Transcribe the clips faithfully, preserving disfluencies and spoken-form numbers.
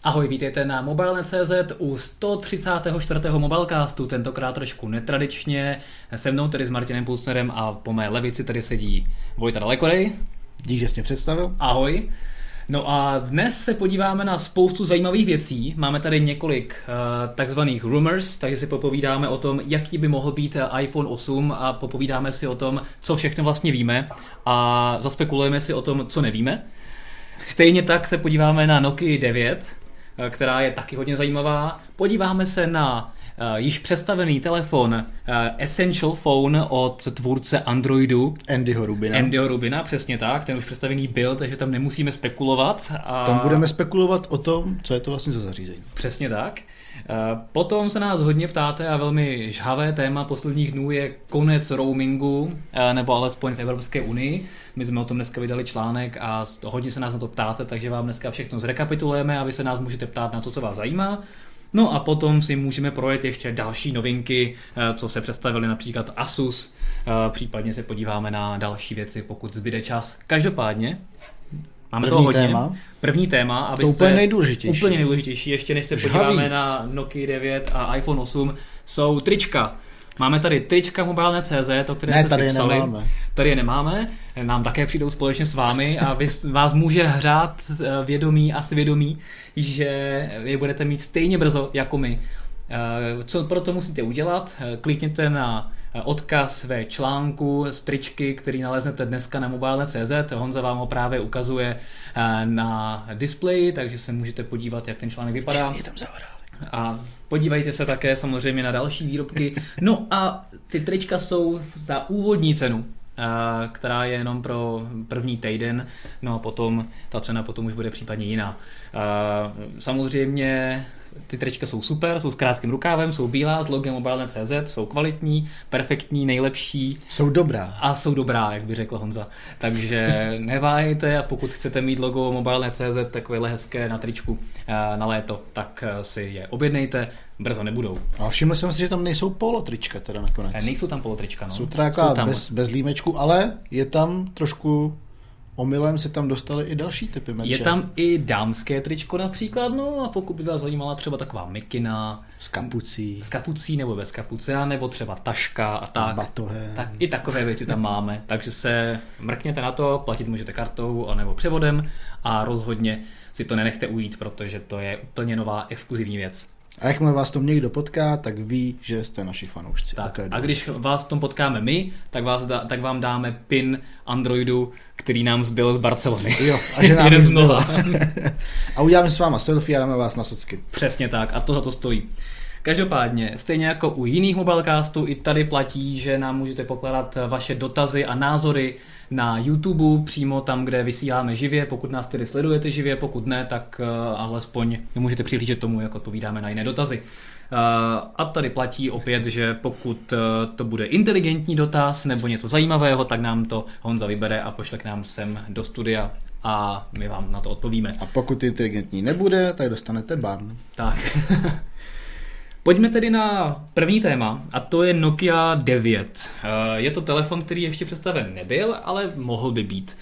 Ahoj, vítejte na Mobile tečka cé zet u sto třicátého čtvrtého Mobilecastu, tentokrát trošku netradičně, se mnou tedy s Martinem Pulsnerem a po mé levici tady sedí Vojta Dalekorej. Dík, že jsi mě představil. Ahoj. No a dnes se podíváme na spoustu zajímavých věcí. Máme tady několik uh, takzvaných rumors, takže si popovídáme o tom, jaký by mohl být iPhone osm a popovídáme si o tom, co všechno vlastně víme a zaspekulujeme si o tom, co nevíme. Stejně tak se podíváme na Nokia devět, která je taky hodně zajímavá. Podíváme se na uh, již představený telefon uh, Essential Phone od tvůrce Androidu. Andyho Rubina. Andyho Rubina, přesně tak. Ten už představený byl, takže tam nemusíme spekulovat. A... Tam budeme spekulovat o tom, co je to vlastně za zařízení. Přesně tak. Uh, potom se nás hodně ptáte a velmi žhavé téma posledních dnů je konec roamingu, uh, nebo alespoň v Evropské unii. My jsme o tom dneska vydali článek a hodně se nás na to ptáte, takže vám dneska všechno zrekapitulujeme a vy se nás můžete ptát na to, co vás zajímá. No a potom si můžeme projet ještě další novinky, co se představili například Asus, případně se podíváme na další věci, pokud zbyde čas. Každopádně máme toho hodně. Téma. První téma, abyste... To úplně nejdůležitější. Úplně nejdůležitější, ještě než se Žhavý. podíváme na Nokia devět a iPhone osm, jsou trička. Máme tady trička Mobile tečka cé zet, o které ne, jste tady si psali. Nemáme. Tady je nemáme, nám také přijdou společně s vámi a vy, vás může hřát vědomí a svědomí, že je budete mít stejně brzo jako my. Co pro to musíte udělat? Klikněte na odkaz ve článku z tričky, který naleznete dneska na mobile tečka cé zet. Honza vám ho právě ukazuje na displeji, takže se můžete podívat, jak ten článek vypadá. Je tam zavrál. A podívejte se také samozřejmě na další výrobky. No a ty trička jsou za úvodní cenu, která je jenom pro první týden, no a potom ta cena potom už bude případně jiná. Samozřejmě ty trička jsou super, jsou s krátkým rukávem, jsou bílá, s logem mobile tečka cé zet, jsou kvalitní, perfektní, nejlepší. Jsou dobrá. A jsou dobrá, jak by řekl Honza. Takže neváhejte a pokud chcete mít logo mobile tečka cé zet takovéhle hezké na tričku na léto, tak si je objednejte, brzo nebudou. A všiml jsem si, že tam nejsou polo trička teda nakonec. Nejsou tam polotrička, no. Jsou teda jsou tam bez, bez límečku, ale je tam trošku... Omylem se tam dostaly i další typy merče. Je tam i dámské tričko například, no a pokud by vás zajímala třeba taková mikina. S kapucí. S kapucí nebo bez kapuce, nebo třeba taška a tak. S batohem. Tak i takové věci tam máme, takže se mrkněte na to, platit můžete kartou anebo převodem a rozhodně si to nenechte ujít, protože to je úplně nová exkluzivní věc. A jakmile vás tom někdo potká, tak ví, že jste naši fanoušci. Tak, a, a když vás v tom potkáme my, tak, vás da, tak vám dáme pin Androidu, který nám zbyl z Barcelony. Jo, a že nám jeden z mnoha. A uděláme s váma selfie a dáme vás na socky. Přesně tak, a to za to stojí. Každopádně, stejně jako u jiných Mobilecastů, i tady platí, že nám můžete pokládat vaše dotazy a názory na YouTube, přímo tam, kde vysíláme živě, pokud nás tedy sledujete živě, pokud ne, tak uh, alespoň můžete přihlížet tomu, jak odpovídáme na jiné dotazy. Uh, a tady platí opět, že pokud uh, to bude inteligentní dotaz nebo něco zajímavého, tak nám to Honza vybere a pošle k nám sem do studia a my vám na to odpovíme. A pokud inteligentní nebude, tak dostanete ban. Tak. Pojďme tedy na první téma a to je Nokia devět. Je to telefon, který ještě představen nebyl, ale mohl by být.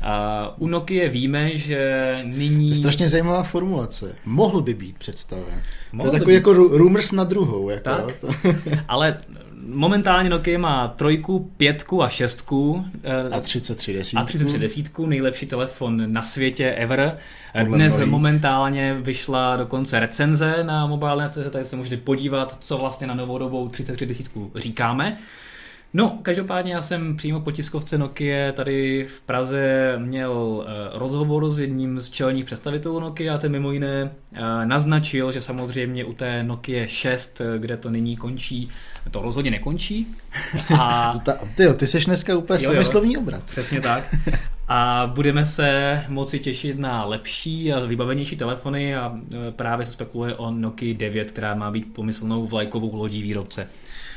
U Nokia víme, že nyní... To je strašně zajímavá formulace. Mohl by být představen. Mohl to je takový jako rumors na druhou. Jako, tak, ale momentálně Nokia má trojku, pětku a šestku. A třicet tři desítku. A třicet tři desítku, nejlepší telefon na světě ever. Podle Dnes mnohých. Momentálně vyšla dokonce recenze na mobile tečka cé zet, tady se můžete podívat, co vlastně na novodobou třicet tři desítku říkáme. No, každopádně já jsem přímo po tiskovce Nokia tady v Praze měl rozhovor s jedním z čelních představitelů Nokia a ten mimo jiné naznačil, že samozřejmě u té Nokia šest, kde to nyní končí, to rozhodně nekončí. A... Tyjo, ty seš dneska úplně slovní obrat. Přesně tak. A budeme se moci těšit na lepší a vybavenější telefony a právě se spekuluje o Nokia devět, která má být pomyslnou vlajkovou lodí výrobce.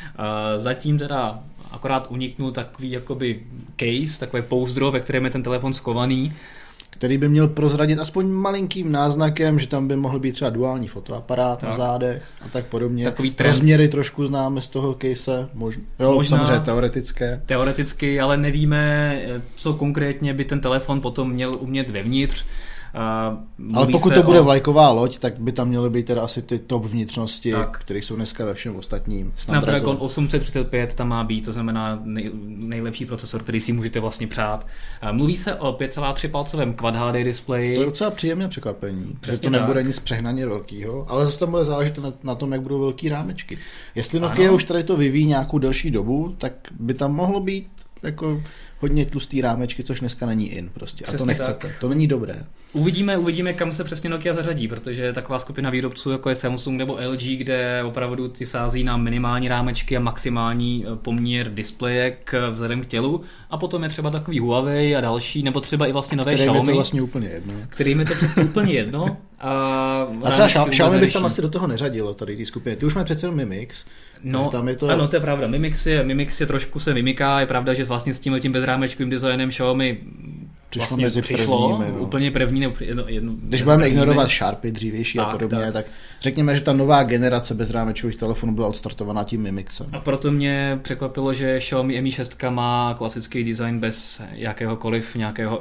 Zatím teda akorát uniknul takový jakoby case, takové pouzdro, ve kterém je ten telefon skovaný. Který by měl prozradit aspoň malinkým náznakem, že tam by mohl být třeba duální fotoaparát tak. na zádech a tak podobně. Takový trend. Rozměry trošku známe z toho case, možná. Jo, Možná samozřejmě teoretické. Teoreticky, ale nevíme, co konkrétně by ten telefon potom měl umět vevnitř. Uh, Ale pokud to bude o... vlajková loď, tak by tam měly být teda asi ty top vnitřnosti, tak. které jsou dneska ve všem ostatním. Snapdragon osm set třicet pět tam má být, to znamená nej, nejlepší procesor, který si můžete vlastně přát. Uh, mluví se o pět celá tři palcovém Quad H D displeji. To je docela příjemné překvapení, že to nebude tak. nic přehnaně velkého, ale zase tam bude záležet na, na tom, jak budou velký rámečky. Jestli Nokia ano. už tady to vyvíjí nějakou delší dobu, tak by tam mohlo být jako hodně tlustý rámečky, což dneska není in prostě. Přesně a to nechcete. Tak. To není dobré. Uvidíme, uvidíme, kam se přesně Nokia zařadí, protože je taková skupina výrobců, jako je Samsung nebo L G, kde opravdu ty sází na minimální rámečky a maximální poměr displejek vzhledem k tělu. A potom je třeba takový Huawei a další, nebo třeba i vlastně nové kterým Xiaomi. Kterým je to vlastně úplně jedno. Kterým je to přesně úplně jedno. A, a třeba Xiaomi bych tam asi do toho neřadilo, tady ty skupiny. Ty už mají přece Mi Mix. No, tam je to... ano, to je pravda. Mi Mix je, Mi Mix je trošku se vymyká, je pravda, že vlastně s tímhletím bezrámečkovým designem Xiaomi vlastně mezi přišlo, prvními, no. úplně první. Nebo jedno, jedno, Když budeme ignorovat Sharpy dřívější tak, a podobně, tak. tak řekněme, že ta nová generace bezrámečkových telefonů byla odstartovaná tím Mi Mixem. A proto mě překvapilo, že Xiaomi Mi šest má klasický design bez jakéhokoliv nějakého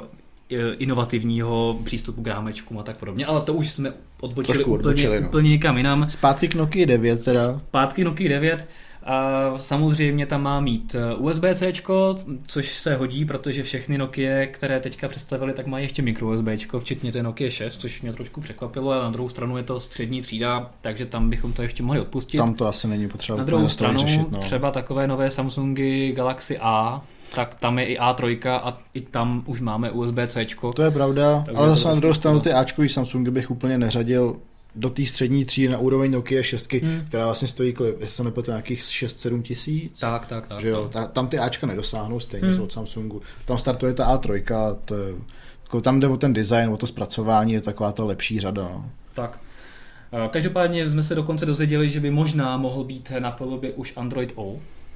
inovativního přístupu k rámečkům a tak podobně, ale to už jsme odbočili úplně, odbočili, no. úplně někam jinam. Zpátky k Nokia devět teda. Zpátky Nokia devět. A samozřejmě tam má mít U S B C, což se hodí, protože všechny Nokia, které teďka představili, tak mají ještě micro U S B, včetně té Nokia šest, což mě trošku překvapilo, ale na druhou stranu je to střední třída, takže tam bychom to ještě mohli odpustit. Tam to asi není potřeba. Na druhou stranu řešit, no. třeba takové nové Samsungy Galaxy A, tak tam je i A tři a i tam už máme U S B C. To je pravda, ale zase na druhou stranu ty Ačkový Samsungy bych úplně neřadil do té střední třídy na úroveň Nokia šest, hmm. která vlastně stojí, jestli se nepletu, nějakých šest sedm tisíc. Tak, tak, tak. Že jo, ta, tam ty Ačka nedosáhnou stejně hmm. od Samsungu. Tam startuje ta A tři, to je, tam jde o ten design, o to zpracování, je taková ta lepší řada. No. Tak. Každopádně jsme se dokonce dozvěděli, že by možná mohl být na podobě už Android O.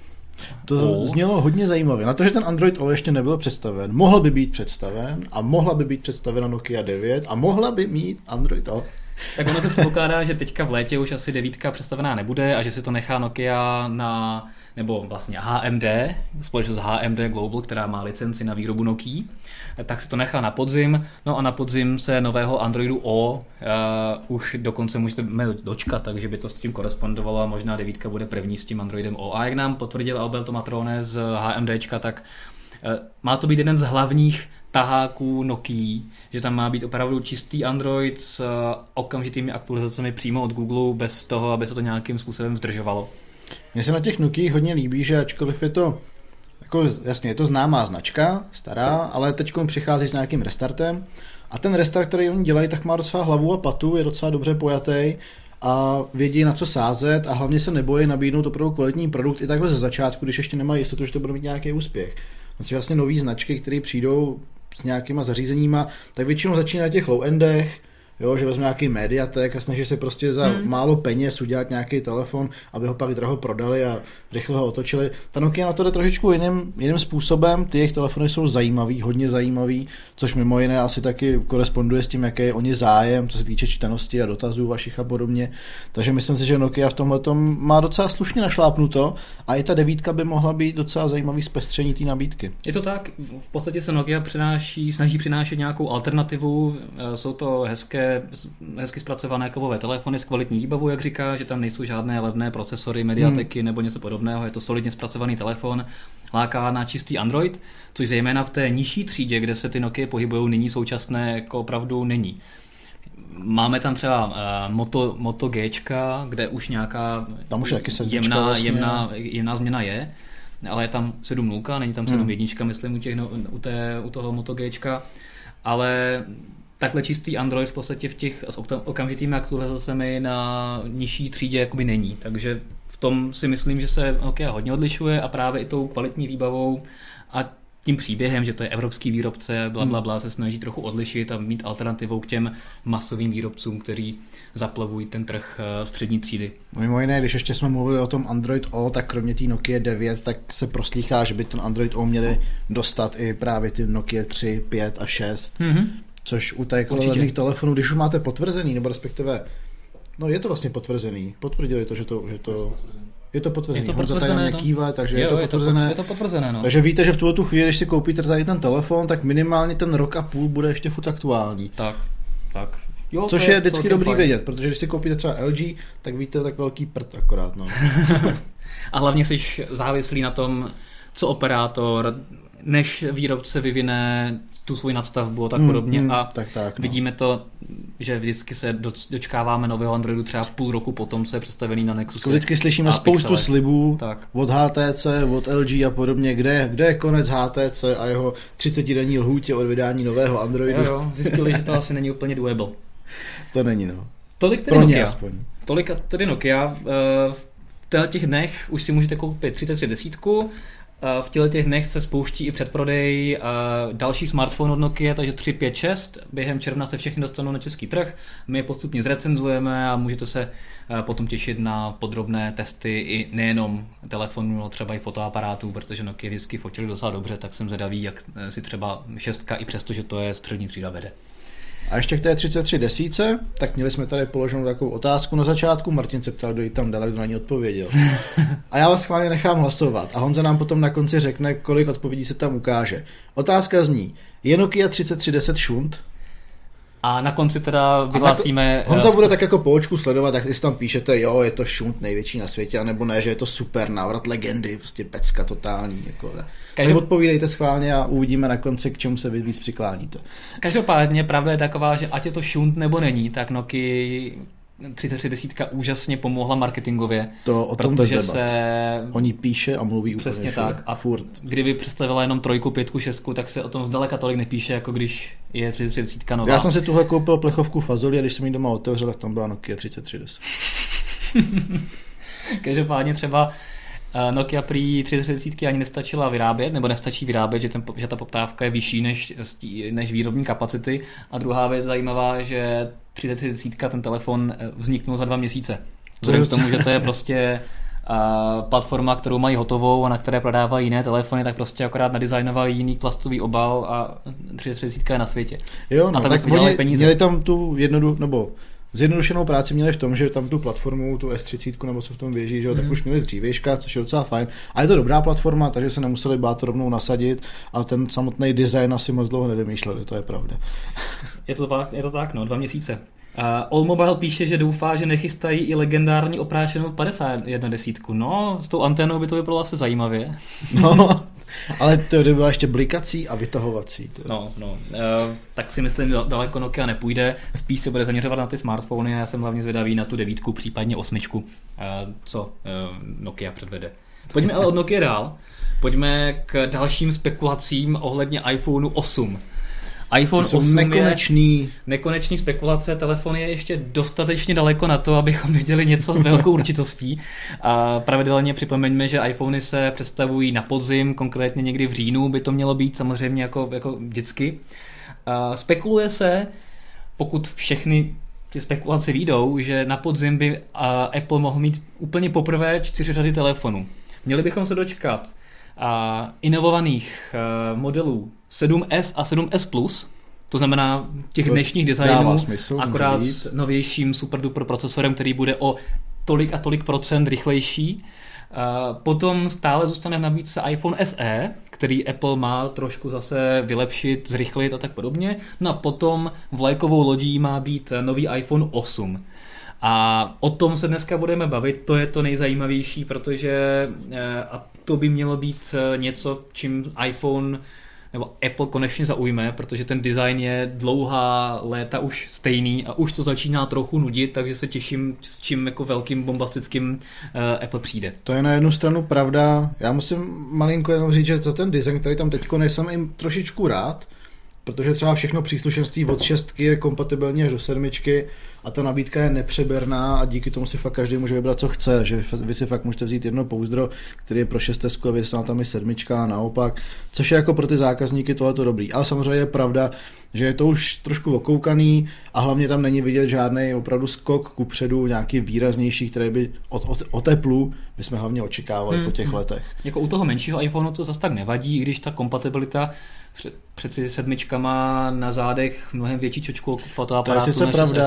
To o. znělo hodně zajímavě. Na to, že ten Android O ještě nebyl představen, mohl by být představen a mohla by být představena Nokia devět a mohla by mít Android O. Tak ono se předpokládá, že teďka v létě už asi devítka představená nebude a že si to nechá Nokia na, nebo vlastně H M D, společnost H M D Global, která má licenci na výrobu Nokia, tak si to nechá na podzim. No a na podzim se nového Androidu O uh, už dokonce můžete dočkat, takže by to s tím korespondovalo a možná devítka bude první s tím Androidem O. A jak nám potvrdil Alberto Matrone z HMDčka, tak uh, má to být jeden z hlavních taháků Nokia, že tam má být opravdu čistý Android s okamžitými aktualizacemi přímo od Google, bez toho, aby se to nějakým způsobem zdržovalo. Mně se na těch Nokia hodně líbí, že ačkoliv je to, jako jasně, je to známá značka, stará, ale teď přichází s nějakým restartem a ten restart, který oni dělají, tak má docela hlavu a patu, je docela dobře pojatý a vědí, na co sázet a hlavně se nebojí nabídnout opravdu kvalitní produkt i takhle ze začátku, když ještě nemají jistotu, že to bude mít nějaký úspěch. Vlastně, vlastně nový značky, které přijdou s nějakýma zařízeníma, tak většinou začíná na těch low-endech, jo, že vezme nějaký Mediatek a snaží se prostě za hmm. málo peněz udělat nějaký telefon, aby ho pak draho prodali a rychle ho otočili. Ta Nokia na to jde trošičku jiným, jiným způsobem, ty jejich telefony jsou zajímavý, hodně zajímavý, což mimo jiné asi taky koresponduje s tím, jaký je o ně zájem, co se týče čtenosti a dotazů vašich a podobně. Takže myslím si, že Nokia v tomhletom má docela slušně našlápnuto a i ta devítka by mohla být docela zajímavý zpestření té nabídky. Je to tak, v podstatě se Nokia přináší, snaží přinášet nějakou alternativu, jsou to hezké hezky zpracované kovové telefony s kvalitní výbavou, jak říká, že tam nejsou žádné levné procesory, mediateky hmm. nebo něco podobného, je to solidně zpracovaný telefon, láká na čistý Android, což zejména v té nižší třídě, kde se ty Nokia pohybují nyní současné, jako opravdu není. Máme tam třeba uh, Moto, Moto Gčka, kde už nějaká tam už jemná, vlastně. jemná, jemná změna je, ale je tam sedm nula, není tam sedm jedna, hmm. myslím, u, těch, no, u, té, u toho Moto Gčka, ale takhle čistý Android v podstatě v těch s okamžitými aktualizacemi na nižší třídě jakoby není, takže v tom si myslím, že se Nokia hodně odlišuje a právě i tou kvalitní výbavou a tím příběhem, že to je evropský výrobce, bla, bla, bla, se snaží trochu odlišit a mít alternativou k těm masovým výrobcům, který zaplavují ten trh střední třídy. Mimo jiné, když ještě jsme mluvili o tom Android O, tak kromě té Nokia devět, tak se proslýchá, že by ten Android O měli dostat i právě ty Nokia tři, pět a šest. Mm-hmm. Což u těch levných telefonů, když už máte potvrzený, nebo respektive, no je to vlastně potvrzený, potvrdili to, že to, že to je to potvrzený, je to potvrzené, nekývá, takže jo, je to potvrzené. Je to potvrzené, no. Takže víte, že v tuhle tu chvíli, když si koupíte tady ten telefon, tak minimálně ten rok a půl bude ještě furt aktuální. Tak. tak. Jo, Což je vždycky dobrý fajn. Vědět, protože když si koupíte třeba L G, tak víte, tak velký prd akorát. No. A hlavně jsi závislý na tom, co operátor, než výrobce vyvine tu svou nadstavbu a tak podobně. Mm, a tak, tak, no. Vidíme to, že vždycky se dočkáváme nového Androidu třeba půl roku potom, co je představený na Nexusu. Vždycky slyšíme spoustu Pixele. slibů tak. od H T C, od L G a podobně, kde, kde je konec H T C a jeho třicetidenní lhůtě od vydání nového Androidu. Jo, jo, zjistili, že to asi není úplně doable. To není, no. Tolik tedy Nokia. Aspoň. Tolik tedy Nokia. V těch dnech už si můžete koupit třicet tři deset. V těchto těch dnech se spouští i předprodej další smartphone od Nokia, takže tři pět šest. Během června se všechny dostanou na český trh. My je postupně zrecenzujeme a můžete se potom těšit na podrobné testy i nejenom telefonů, ale třeba i fotoaparátů, protože Nokia vždycky fotili docela dobře, tak jsem zvědavý, jak si třeba šestka i přesto, že to je střední třída, vede. A ještě k té třicet tři deset, tak měli jsme tady položenou takovou otázku na začátku. Martin se ptal, kdo ji tam dal, kdo na ní odpověděl. A já vás schválně nechám hlasovat. A Honza nám potom na konci řekne, kolik odpovědí se tam ukáže. Otázka zní, je Nokia třicet tři deset šunt? A na konci teda vyhlásíme... Honza bude tak jako po očku sledovat, tak když tam píšete, jo, je to šunt největší na světě, anebo ne, že je to super návrat legendy, prostě pecka totální. Jako, Každop... Tak odpovídejte schválně a uvidíme na konci, k čemu se vy víc přikláníte. Každopádně pravda je taková, že ať je to šunt nebo není, tak Nokia třicet tři deset úžasně pomohla marketingově. To o tom protože se... Oni píše a mluví úplně přesně tak. A furt. Kdyby představila jenom trojku, pětku, šestku, tak se o tom zdaleka tolik nepíše, jako když je třicet tři deset nová. Já jsem si tuhle koupil plechovku fazolí a když jsem ji doma otevřel, tak tam byla Nokia třicet tři deset. Každopádně třeba Nokia prý třicet tři deset ani nestačila vyrábět, nebo nestačí vyrábět, že, ten, že ta poptávka je vyšší než, než výrobní kapacity. A druhá věc zajímavá, že třicet tři deset, ten telefon vzniknul za dva měsíce. Vzhledem k tomu, že to je prostě uh, platforma, kterou mají hotovou a na které prodávají jiné telefony, tak prostě akorát nadizajnovali jiný plastový obal a třicet tři deset je na světě. Jo, no, a tak oni peníze. Měli tam tu jednodu, nebo zjednodušenou práci měli v tom, že tam tu platformu, tu S třicet nebo co v tom běží, že jo, mm. tak už měli z dřívějška, což je docela fajn. A je to dobrá platforma, takže se nemuseli bát to rovnou nasadit, ale ten samotný design asi moc dlouho nevymýšleli, to je pravda. Je to tak, je to tak, no, dva měsíce. Uh, Allmobile píše, že doufá, že nechystají i legendární oprášenou padesát jedna desítku. No, s tou anténou by to vypadalo asi zajímavě. No, ale to by byla ještě blikací a vytahovací. To. No, no. Uh, tak si myslím, daleko Nokia nepůjde. Spíš se bude zaměřovat na ty smartfony a já jsem hlavně zvědavý na tu devítku, případně osmičku, uh, co uh, Nokia předvede. Pojďme ale od Nokia dál. Pojďme k dalším spekulacím ohledně iPhone osm. iPhone osm nekonečný. je nekonečný spekulace, telefon je ještě dostatečně daleko na to, abychom věděli něco s velkou určitostí. A pravidelně připomeňme, že iPhony se představují na podzim, konkrétně někdy v říjnu by to mělo být, samozřejmě jako, jako vždycky. A spekuluje se, pokud všechny ty spekulace výjdou, že na podzim by Apple mohl mít úplně poprvé čtyři řady telefonů. Měli bychom se dočkat a inovovaných uh, modelů sedm S a sedm S Plus, to znamená těch to dnešních designů, smysl, akorát s novějším super duper procesorem, který bude o tolik a tolik procent rychlejší. Uh, potom stále zůstane v nabídce iPhone S E, který Apple má trošku zase vylepšit, zrychlit a tak podobně. No a potom vlajkovou lodí má být nový iPhone osm. A o tom se dneska budeme bavit, to je to nejzajímavější, protože a to by mělo být něco, čím iPhone nebo Apple konečně zaujme, protože ten design je dlouhá léta už stejný a už to začíná trochu nudit, takže se těším, s čím jako velkým bombastickým uh, Apple přijde. To je na jednu stranu pravda, já musím malinko jenom říct, že za ten design, který tam teďko nejsem jim trošičku rád, protože třeba všechno příslušenství od šestky je kompatibilní až do sedmičky a ta nabídka je nepřeberná a díky tomu si fakt každý může vybrat, co chce, že vy si fakt můžete vzít jedno pouzdro, který je pro šestesku a vysná tam i sedmička a naopak, což je jako pro ty zákazníky tohleto dobrý. Ale samozřejmě je pravda, že je to už trošku okoukaný a hlavně tam není vidět žádný opravdu skok kupředu, nějaký výraznější, který by od, od, od Apple bychom hlavně očekávali hmm. po těch letech. Jako u toho menšího iPhoneu to zase tak nevadí, i když ta kompatibilita přeci sedmička má na zádech mnohem větší čočku fotoaparátu než pravda, S S K. Ale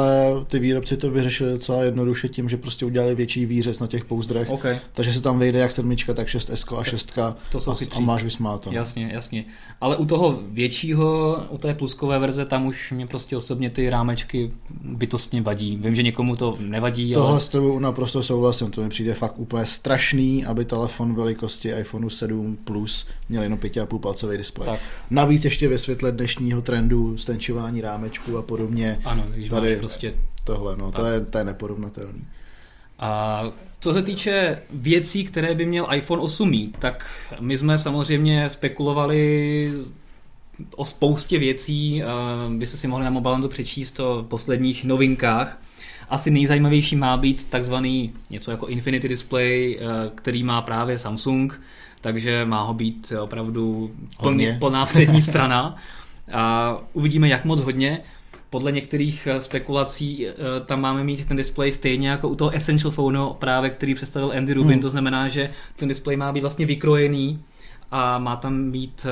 ale ty výrobci to vyřešili docela jednoduše tím, že prostě udělali větší výřez na těch pouzdrech, okay. takže se tam vejde jak sedmička, tak šest S a šest to jsou a, a máš vysmáto. Jasně, jasně. Ale u toho většího, u té pluskové verze, tam už mě prostě osobně ty rámečky bytostně vadí. Vím, že někomu to nevadí. Tohle ale... s tebou naprosto souhlasím, to mi přijde fakt úplně strašný, aby telefon velikosti iPhone sedm Plus měl jenom pět a půl palcový displej. Tak. Navíc ještě ve světle dnešního trendu stenčování rámečků a podobně. Ano, když tady máš prostě... Tohle, no, to je, to je neporovnatelný. A co se týče věcí, které by měl iPhone osm mít, tak my jsme samozřejmě spekulovali o spoustě věcí, by se si mohli na Mobilandu přečíst o posledních novinkách. Asi nejzajímavější má být takzvaný něco jako Infinity Display, který má právě Samsung, takže má ho být opravdu plný, plná přední strana. A uvidíme, jak moc hodně. Podle některých spekulací tam máme mít ten displej stejně jako u toho Essential Phoneu, právě který představil Andy Rubin, hmm. to znamená, že ten displej má být vlastně vykrojený a má tam být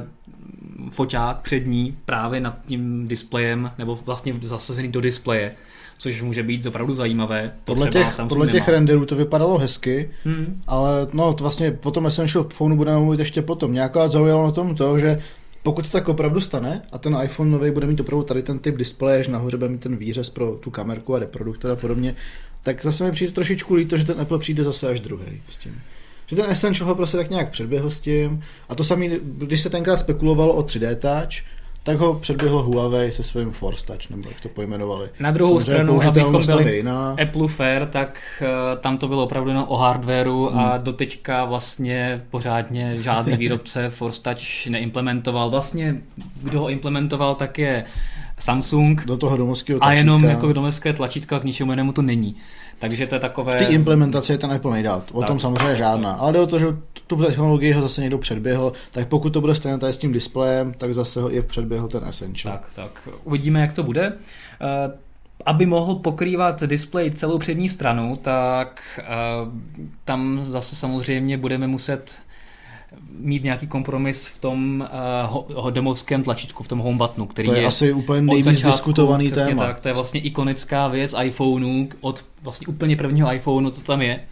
foťák přední právě nad tím displejem, nebo vlastně zasazený do displeje, což může být opravdu zajímavé. To podle těch, podle těch renderů to vypadalo hezky, hmm. ale no to vlastně o tom Essential Phoneu budeme mluvit ještě potom. Nějaká zaujalo na tom to, že pokud se tak opravdu stane a ten iPhone nový bude mít opravdu tady ten typ displeje, že nahoře bude mít ten výřez pro tu kamerku a reproduktor a podobně, tak zase mi přijde trošičku líto, že ten Apple přijde zase až druhý s tím. Že ten Essential ho prostě tak nějak předběhl s tím a to samý, když se tenkrát spekulovalo o tři dé Touch, tak ho předběhl Huawei se svým Force Touch, nebo jak to pojmenovali. Na druhou stranu, abychom byli Apple fair, tak uh, tam to bylo opravdu no o hardwareu hmm. a doteďka vlastně pořádně žádný výrobce Force Touch neimplementoval. Vlastně, kdo ho implementoval, tak je Samsung. Do toho domovského tlačítka. A jenom jako domovské tlačítka, k ničemu jinému to není. Takže to je takové... V té implementaci je ten Apple nejdál. O tak, tom samozřejmě tak, žádná. Tak. Ale jde o to, že tu technologii ho zase někdo předběhl, tak pokud to bude stejné tady s tím displejem, tak zase ho i předběhl ten Essential. Tak, tak. Uvidíme, jak to bude. Uh, aby mohl pokrývat displej celou přední stranu, tak uh, tam zase samozřejmě budeme muset mít nějaký kompromis v tom uh, domovském tlačítku, v tom home buttonu, který to je, je asi úplně nejvíc diskutovaný téma. Tak, to je vlastně ikonická věc iPhoneu, od vlastně úplně prvního iPhoneu to tam je.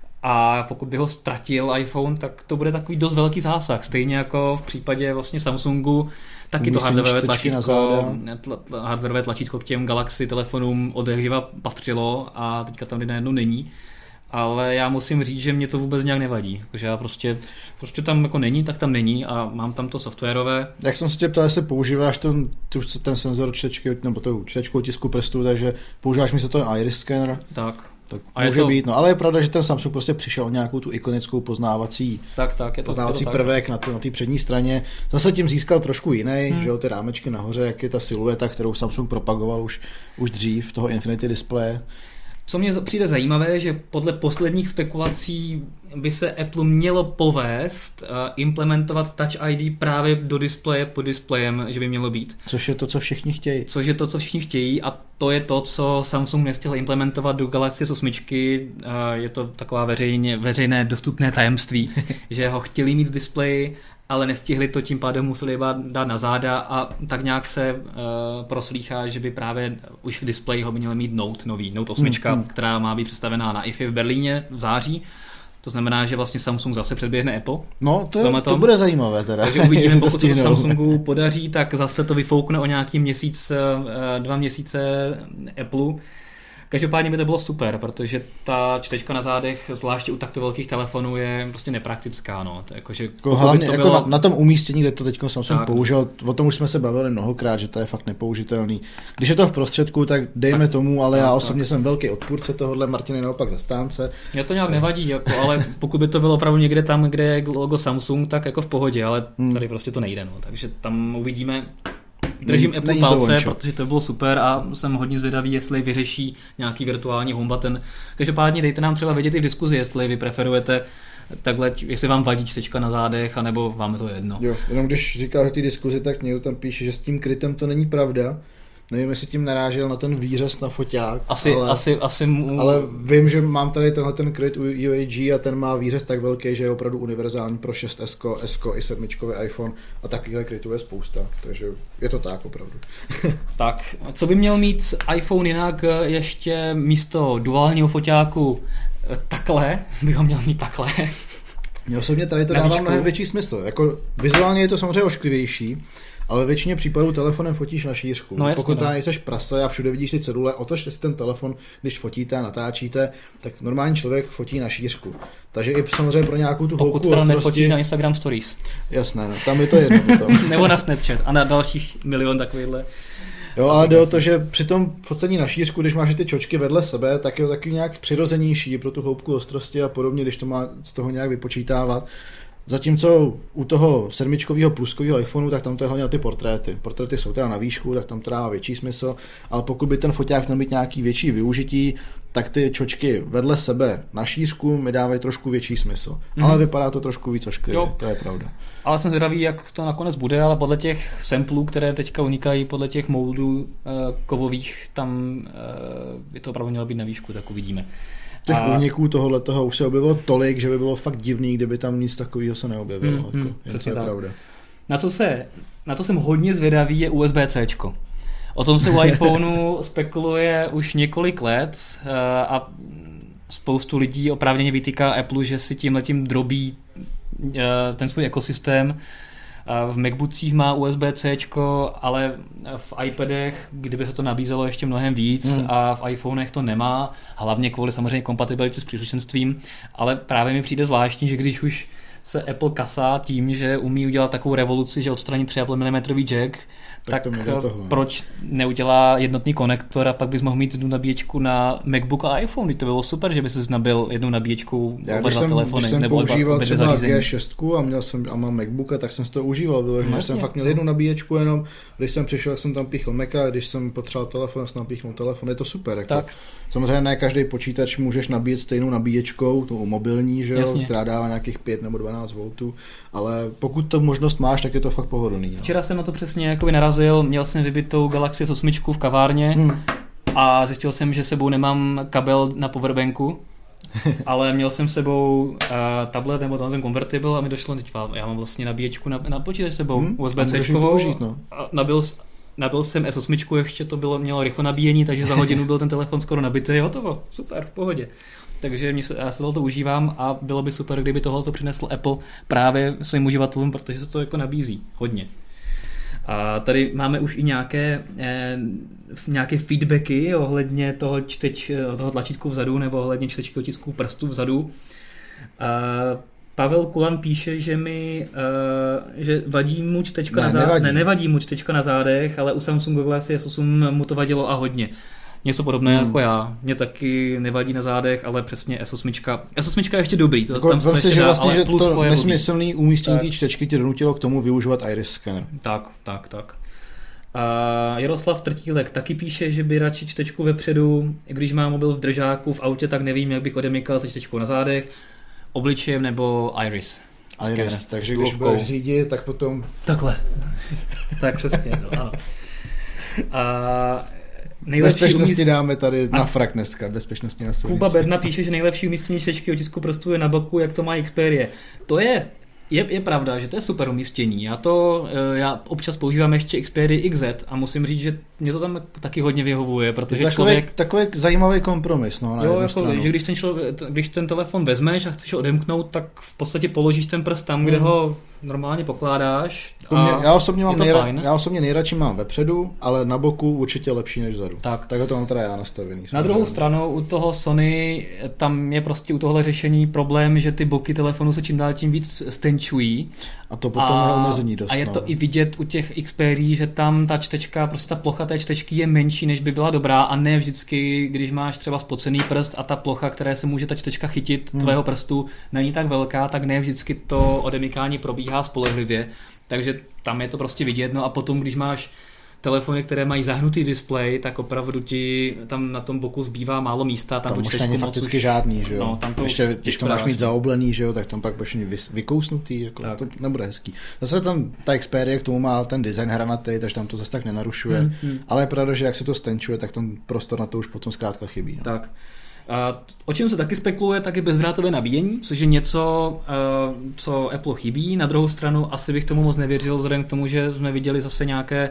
A pokud by ho ztratil iPhone, tak to bude takový dost velký zásah. Stejně jako v případě vlastně Samsungu, taky to hardwareové tlačítko, tla, tla, hardwareové tlačítko k těm Galaxy telefonům odehřiva patřilo a teďka tam najednou není. Ale já musím říct, že mě to vůbec nějak nevadí. Takže já prostě, prostě tam jako není, tak tam není a mám tam to softwarové. Jak jsem se tě ptal, jestli používáš ten, ten senzor čtečky, nebo tu čtečku tisku prstu, takže používáš mi se to iris scanner. Tak. Tak a může to... být, no ale je pravda, že ten Samsung prostě přišel nějakou tu ikonickou poznávací, tak, tak, je to, poznávací je to prvek na té na přední straně. Zase tím získal trošku jiný, hmm. že jo, ty rámečky nahoře, jak je ta silueta, kterou Samsung propagoval už, už dřív, toho Infinity displeje. Co mě přijde zajímavé, že podle posledních spekulací by se Apple mělo povést implementovat Touch I D právě do displeje pod displejem, že by mělo být. Což je to, co všichni chtějí. Což je to, co všichni chtějí a to je to, co Samsung nestihl implementovat do Galaxy S osm. Je to taková veřejně, veřejné dostupné tajemství, že ho chtěli mít v displeji, ale nestihli to, tím pádem museli dát na záda a tak nějak se uh, proslýchá, že by právě už v displeji ho by měl mít Note nový, Note osm, hmm. která má být představená na I F I v Berlíně v září. To znamená, že vlastně Samsung zase předběhne Apple. No, to, je, to bude zajímavé teda. Takže uvidíme, pokud to, to Samsungu podaří, tak zase to vyfoukne o nějaký měsíc, dva měsíce Apple. Každopádně by to bylo super, protože ta čtečka na zádech, zvláště u takto velkých telefonů, je prostě nepraktická. No. To jako, že jako hlavně to jako bylo... na, na tom umístění, kde to teď Samsung tak, použil, o tom už jsme se bavili mnohokrát, že to je fakt nepoužitelný. Když je to v prostředku, tak dejme tak, tomu, ale tak, já osobně tak. jsem velký odpůrce tohohle, Martin je naopak zastánce. Mě to nějak nevadí, jako, ale pokud by to bylo opravdu někde tam, kde je logo Samsung, tak jako v pohodě, ale hmm. tady prostě to nejde. No. Takže tam uvidíme. Držím Apple palce, protože to bylo super a jsem hodně zvědavý, jestli vyřeší nějaký virtuální home button. Každopádně dejte nám třeba vědět i v diskuzi, jestli vy preferujete takhle, jestli vám vadí čtečka na zádech, anebo vám je to jedno. Jo, jenom když říkáš ty diskuzi, tak někdo tam píše, že s tím krytem to není pravda, Nevím, jestli tím narážel na ten výřez na foťák, asi, ale, asi, asi mu... ale vím, že mám tady tenhle ten kryt u U A G a ten má výřez tak velký, že je opravdu univerzální pro šest S, S i sedmičkový iPhone a takovýhle krytů je spousta, takže je to tak opravdu. Tak, co by měl mít iPhone jinak ještě místo duálního foťáku takhle, by ho měl mít takhle. Mně osobně tady to dává mnohem větší smysl, jako vizuálně je to samozřejmě ošklivější, ale ve většině případů telefonem fotíš na šířku. No, jasně, pokud tam no. nejseš prase a všude vidíš ty cedule, otočte si ten telefon, když fotíte a natáčíte, tak normální člověk fotí na šířku. Takže i samozřejmě pro nějakou tu hloubku pokud teda nefotíš na Instagram Stories. Jasné, no, tam je to jedno potom. Nebo na Snapchat a na dalších milion takovýchhle. Jo, ale jde o to, že při tom focení na šířku, když máš ty čočky vedle sebe, tak je to taky nějak přirozenější pro tu hloubku ostrosti a podobně, když to má z toho nějak vypočítávat. Zatímco u toho sedmičkového pluskového iPhoneu, tak tam to je hlavně ty portréty. Portréty jsou teda na výšku, tak tam to dává větší smysl, ale pokud by ten foťák měl mít nějaký větší využití, tak ty čočky vedle sebe na šířku mi dávají trošku větší smysl. Mm. Ale vypadá to trošku víc ošklivě, to je pravda. Ale jsem zvědavý, jak to nakonec bude, ale podle těch samplů, které teďka unikají, podle těch moldů uh, kovových, tam uh, by to opravdu mělo být na výšku, tak uvidíme. Těch a... úniků tohohletoho už se objevilo tolik, že by bylo fakt divný, kdyby tam nic takového se neobjevilo. Mm, jako, mm, to je pravda. Na to, se, na to jsem hodně zvědavý je U S B C čko. O tom se u iPhoneu spekuluje už několik let uh, a spoustu lidí oprávněně vytýká Apple, že si tímhletím drobí uh, ten svůj ekosystém. V MacBookcích má U S B C, ale v iPadech, kdyby se to nabízelo ještě mnohem víc hmm. a v iPhonech to nemá, hlavně kvůli samozřejmě kompatibilitě s příslušenstvím, ale právě mi přijde zvláštní, že když už se Apple kasá tím, že umí udělat takovou revoluci, že odstraní tři a půl milimetru jack, tak, tak proč neudělá jednotný konektor a pak bys mohl mít jednu nabíječku na MacBook a iPhone. To bylo super, že by si nabil jednu nabíječku oba dva telefony. Když jsem nebo používal oba, třeba G šest a měl jsem a mám MacBooka, tak jsem si to užíval. Bylo, no, jsem fakt měl jednu nabíječku jenom, když jsem přišel, jsem tam píchl Maca, když jsem potřeboval telefon, jsem tam píchnul telefon. Je to super. Jako. Tak. Samozřejmě ne každý počítač můžeš nabíjet stejnou nabíječkou, tu mobilní, že jo, která dává nějakých pět nebo dvanáct voltů, ale pokud to možnost máš, tak je to fakt pohodlný. No. Včera jsem na to přesně jakoby narazil, měl jsem vybitou Galaxy S osm v kavárně hmm. a zjistil jsem, že sebou nemám kabel na powerbanku, ale měl jsem sebou uh, tablet nebo ten convertible a mi došlo, teď já mám vlastně nabíječku na, na počítač sebou, hmm. U S B C čkovou, no. nabil Nabil jsem S osm, ještě to bylo, mělo rychle nabíjení, takže za hodinu byl ten telefon skoro nabitý, hotovo, super, v pohodě. Takže mě se, já se to užívám a bylo by super, kdyby tohle přinesl Apple právě svým uživatelům, protože se to jako nabízí hodně. A tady máme už i nějaké, eh, nějaké feedbacky ohledně toho, čteč, toho tlačítku vzadu nebo ohledně čtečky otisků prstů vzadu. A Pavel Kulan píše, že mi uh, že vadí mu čtečka ne, na zádech. Nevadí. Ne, nevadí mu čtečka na zádech, ale u Samsungu Galaxy S osm mu to vadilo a hodně. Něco podobné hmm. jako já. Mě taky nevadí na zádech, ale přesně S osm. S osm je ještě dobrý. To jako, tam se si, že dá, vlastně, že plus to nesmyslný umístění té čtečky tě donutilo k tomu využívat iris scanner. Tak, tak, tak. A Jaroslav Trtílek taky píše, že by radši čtečku vepředu, když má mobil v držáku v autě, tak nevím, jak bych odemykal se čtečkou na zádech, obličejem nebo iris. Iris, scanner. Takže když budeš řídit, tak potom... Takhle. Tak přesně, no, ano. A bezpečnosti umíst... dáme tady na frak dneska, bezpečnostní na silnici. Kuba Berna píše, že nejlepší umístění čtečky otisku prstů je na boku, jak to má Xperia. To je... Je, je pravda, že to je super umístění. Já to, já občas používám ještě Xperia X Z a musím říct, že mě to tam taky hodně vyhovuje, protože takový, člověk... Takový zajímavý kompromis, no, na jo, jednu jako, stranu. že když ten, člověk, když ten telefon vezmeš a chceš ho odemknout, tak v podstatě položíš ten prst tam, kde mm. ho normálně pokládáš. Mě, já, osobně mám nejra, já osobně nejradši mám vepředu, ale na boku určitě lepší než vzadu. Tak. Tak to mám teda já nastavený. Na druhou stranu u toho Sony tam je prostě u tohle řešení problém, že ty boky telefonu se čím dál tím víc stenčují. A to potom a, je omezení dost. A je to no. i vidět u těch Xperia, že tam ta čtečka, prostě ta plocha té čtečky je menší, než by byla dobrá a ne vždycky, když máš třeba spocený prst a ta plocha, které se může ta čtečka chytit hmm. tvého prstu, není tak velká, tak ne vždycky to odemykání probíhá spolehlivě. Takže tam je to prostě vidět. No a potom, když máš telefony, které mají zahnutý displej, tak opravdu ti tam na tom boku zbývá málo místa. Tam, tam už není fakticky už, žádný, že jo. No, tam to ještě, když to máš mít zaoblený, že jo, tak tam pak budeš vykousnutý, jako, to nebude hezký. Zase tam ta Xperia k tomu má ten design hranatý, takže tam to zase tak nenarušuje, hmm, hmm. ale je pravda, že jak se to stenčuje, tak ten prostor na to už potom zkrátka chybí. No. Tak. A o čem se taky spekuluje, tak je bezdrátové nabíjení, což je něco, co Apple chybí. Na druhou stranu asi bych tomu moc nevěřil, vzhledem k tomu, že jsme viděli zase nějaké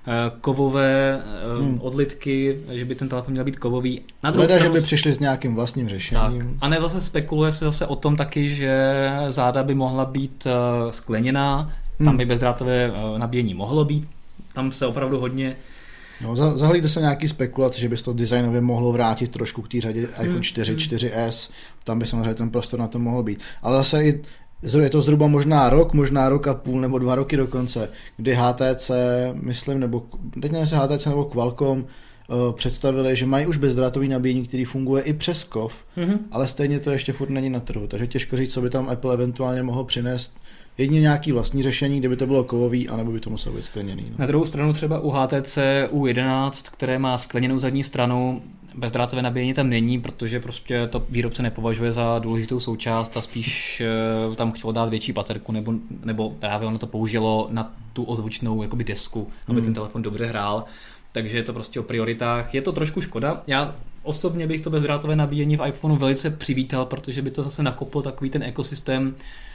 kovové hmm. odlitky, že by ten telefon měl být kovový. Na druhou Leda, stranu, že by přišli s nějakým vlastním řešením. Tak. A ne, zase spekuluje se zase o tom taky, že záda by mohla být skleněná, tam hmm. by bezdrátové nabíjení mohlo být. Tam se opravdu hodně No, zahlídne se nějaký spekulace, že by se to designově mohlo vrátit trošku k té řadě iPhone čtyři, čtyři S, tam by samozřejmě ten prostor na to mohl být. Ale zase i je to zhruba možná rok, možná rok a půl nebo dva roky dokonce, kdy H T C, myslím, nebo teď nevím, H T C nebo Qualcomm uh, představili, že mají už bezdrátový nabíjení, který funguje i přes kov, mm-hmm. ale stejně to ještě furt není na trhu, takže těžko říct, co by tam Apple eventuálně mohl přinést. Jedině nějaký vlastní řešení, kdyby to bylo kovový, anebo by to muselo být skleněný. No. Na druhou stranu třeba u H T C U jedenáct, které má skleněnou zadní stranu, bezdrátové nabíjení tam není, protože prostě to výrobce nepovažuje za důležitou součást a spíš uh, tam chtělo dát větší baterku, nebo, nebo právě ono to použilo na tu ozvučnou jakoby desku, aby hmm. ten telefon dobře hrál. Takže je to prostě o prioritách. Je to trošku škoda. Já osobně bych to bezdrátové nabíjení v iPhoneu velice přivítal, protože by to zase nakoplo takový ten ekosystém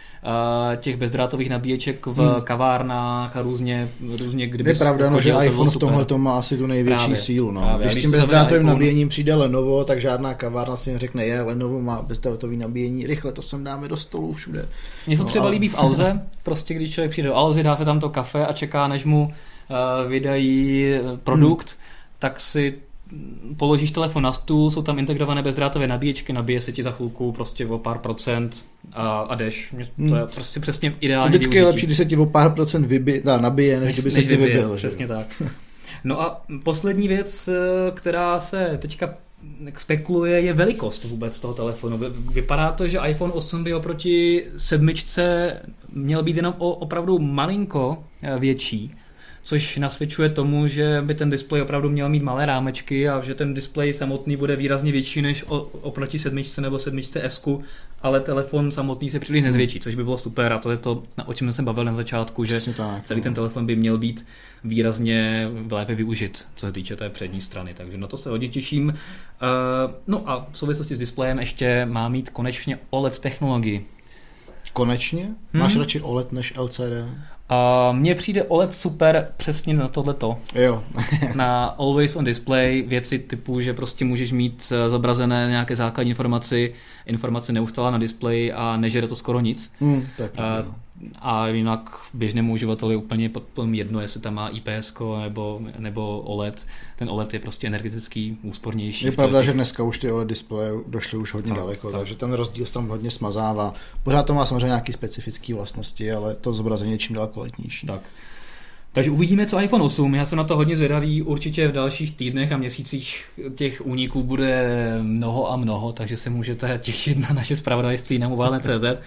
těch bezdrátových nabíječek v hmm. kavárnách a různě, různě kdyby... Je pravda, no, že iPhone v tomhle to má asi tu největší právě, sílu. No. Právě. Když s tím bezdrátovým iPhone... nabíjením přijde Lenovo, tak žádná kavárna si neřekne, je, Lenovo má bezdrátový nabíjení, rychle to sem dáme do stolu všude. Mně se no, třeba ale... líbí v Alze, prostě když člověk přijde do Alzy, dáte tam to kafe a čeká, než mu uh, vydají produkt, hmm. tak si položíš telefon na stůl, jsou tam integrované bezdrátové nabíječky, nabije se ti za chvilku prostě o pár procent a, a jdeš. To je prostě přesně ideální vždycky využití. Je lepší, když se ti o pár procent vybi, dá, nabije, než, než kdyby se ti vybil. Přesně tak. No a poslední věc, která se teďka spekuluje, je velikost vůbec toho telefonu. Vypadá to, že iPhone osm by oproti sedmičce měl být jenom o opravdu malinko větší, což nasvědčuje tomu, že by ten displej opravdu měl mít malé rámečky a že ten displej samotný bude výrazně větší než oproti sedmičce nebo sedmičce S, ale telefon samotný se příliš nezvětší, což by bylo super a to je to, o čem jsem bavil na začátku, že celý ten telefon by měl být výrazně lépe využit, co se týče té přední strany, takže na to se hodně těším. No a v souvislosti s displejem ještě má mít konečně O L E D technologii. Konečně? Máš hmm. radši O L E D než L C D? A mně přijde O L E D super přesně na tohleto. Jo. Na Always on Display věci typu, že prostě můžeš mít zobrazené nějaké základní informaci, informace neustále na displeji a nežere to skoro nic. Hmm, to je pravda. A, a jinak běžnému uživateli úplně potom jedno, jestli tam má I P S nebo, nebo O L E D. Ten O L E D je prostě energetický, úspornější. Je pravda, těch... že dneska už ty O L E D displeje došly už hodně tak, daleko, tak. takže ten rozdíl se tam hodně smazává. Pořád to má samozřejmě nějaké specifické vlastnosti, ale to zobrazení je čím dál kvalitnější. Tak. Takže uvidíme, co iPhone osm. Já jsem na to hodně zvědavý. Určitě v dalších týdnech a měsících těch úniků bude mnoho a mnoho, takže se můžete těšit na naše zpravodajství na mobile tečka cé zet.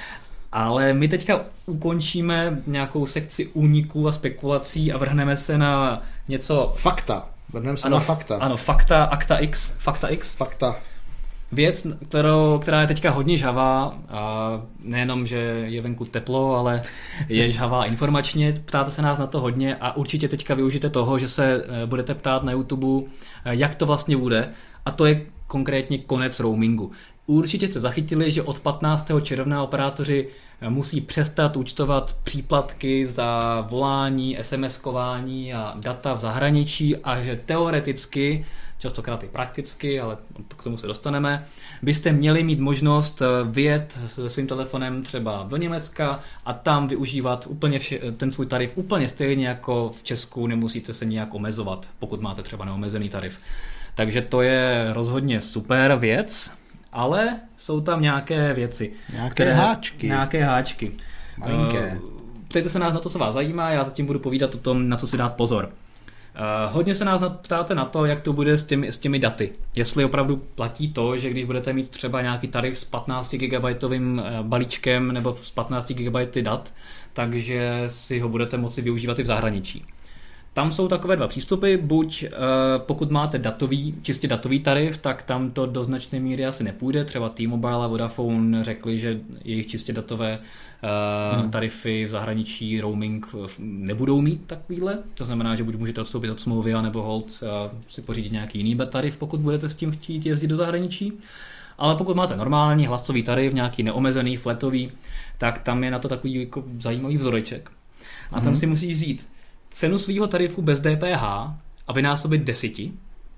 Ale my teďka ukončíme nějakou sekci úniků a spekulací a vrhneme se na něco... Fakta. Vrhneme se ano, na fakta. Ano, fakta, Akta X. Fakta X. Fakta. Věc, kterou, která je teďka hodně žhavá, a nejenom, že je venku teplo, ale je žhavá informačně, ptáte se nás na to hodně a určitě teďka využijte toho, že se budete ptát na YouTube, jak to vlastně bude, a to je konkrétně konec roamingu. Určitě jste zachytili, že od patnáctého června operátoři musí přestat účtovat příplatky za volání, SMSkování a data v zahraničí a že teoreticky, častokrát i prakticky, ale k tomu se dostaneme, byste měli mít možnost vyjet se svým telefonem třeba do Německa a tam využívat úplně vše, ten svůj tarif úplně stejně jako v Česku, nemusíte se nějak omezovat, pokud máte třeba neomezený tarif. Takže to je rozhodně super věc, ale jsou tam nějaké věci. Nějaké které, háčky. Nějaké háčky. Malinké. Uh, ptejte se nás na to, co vás zajímá, já zatím budu povídat o tom, na co si dát pozor. Uh, hodně se nás ptáte na to, jak to bude s těmi, s těmi daty. Jestli opravdu platí to, že když budete mít třeba nějaký tarif s patnáct gigabajtovým balíčkem nebo s patnáct gigabajty dat, takže si ho budete moci využívat i v zahraničí. Tam jsou takové dva přístupy, buď uh, pokud máte datový, čistě datový tarif, tak tam to do značné míry asi nepůjde, třeba T-Mobile a Vodafone řekli, že jejich čistě datové uh, hmm. tarify v zahraničí roaming nebudou mít takovýhle, to znamená, že buď můžete odstoupit od smlouvy, anebo hold uh, si pořídit nějaký jiný tarif, pokud budete s tím chtít jezdit do zahraničí. Ale pokud máte normální hlasový tarif, nějaký neomezený, flatový, tak tam je na to takový jako zajímavý vzoreček. A tam hmm. si musíš vzít cenu svýho tarifu bez D P H a vynásobit deseti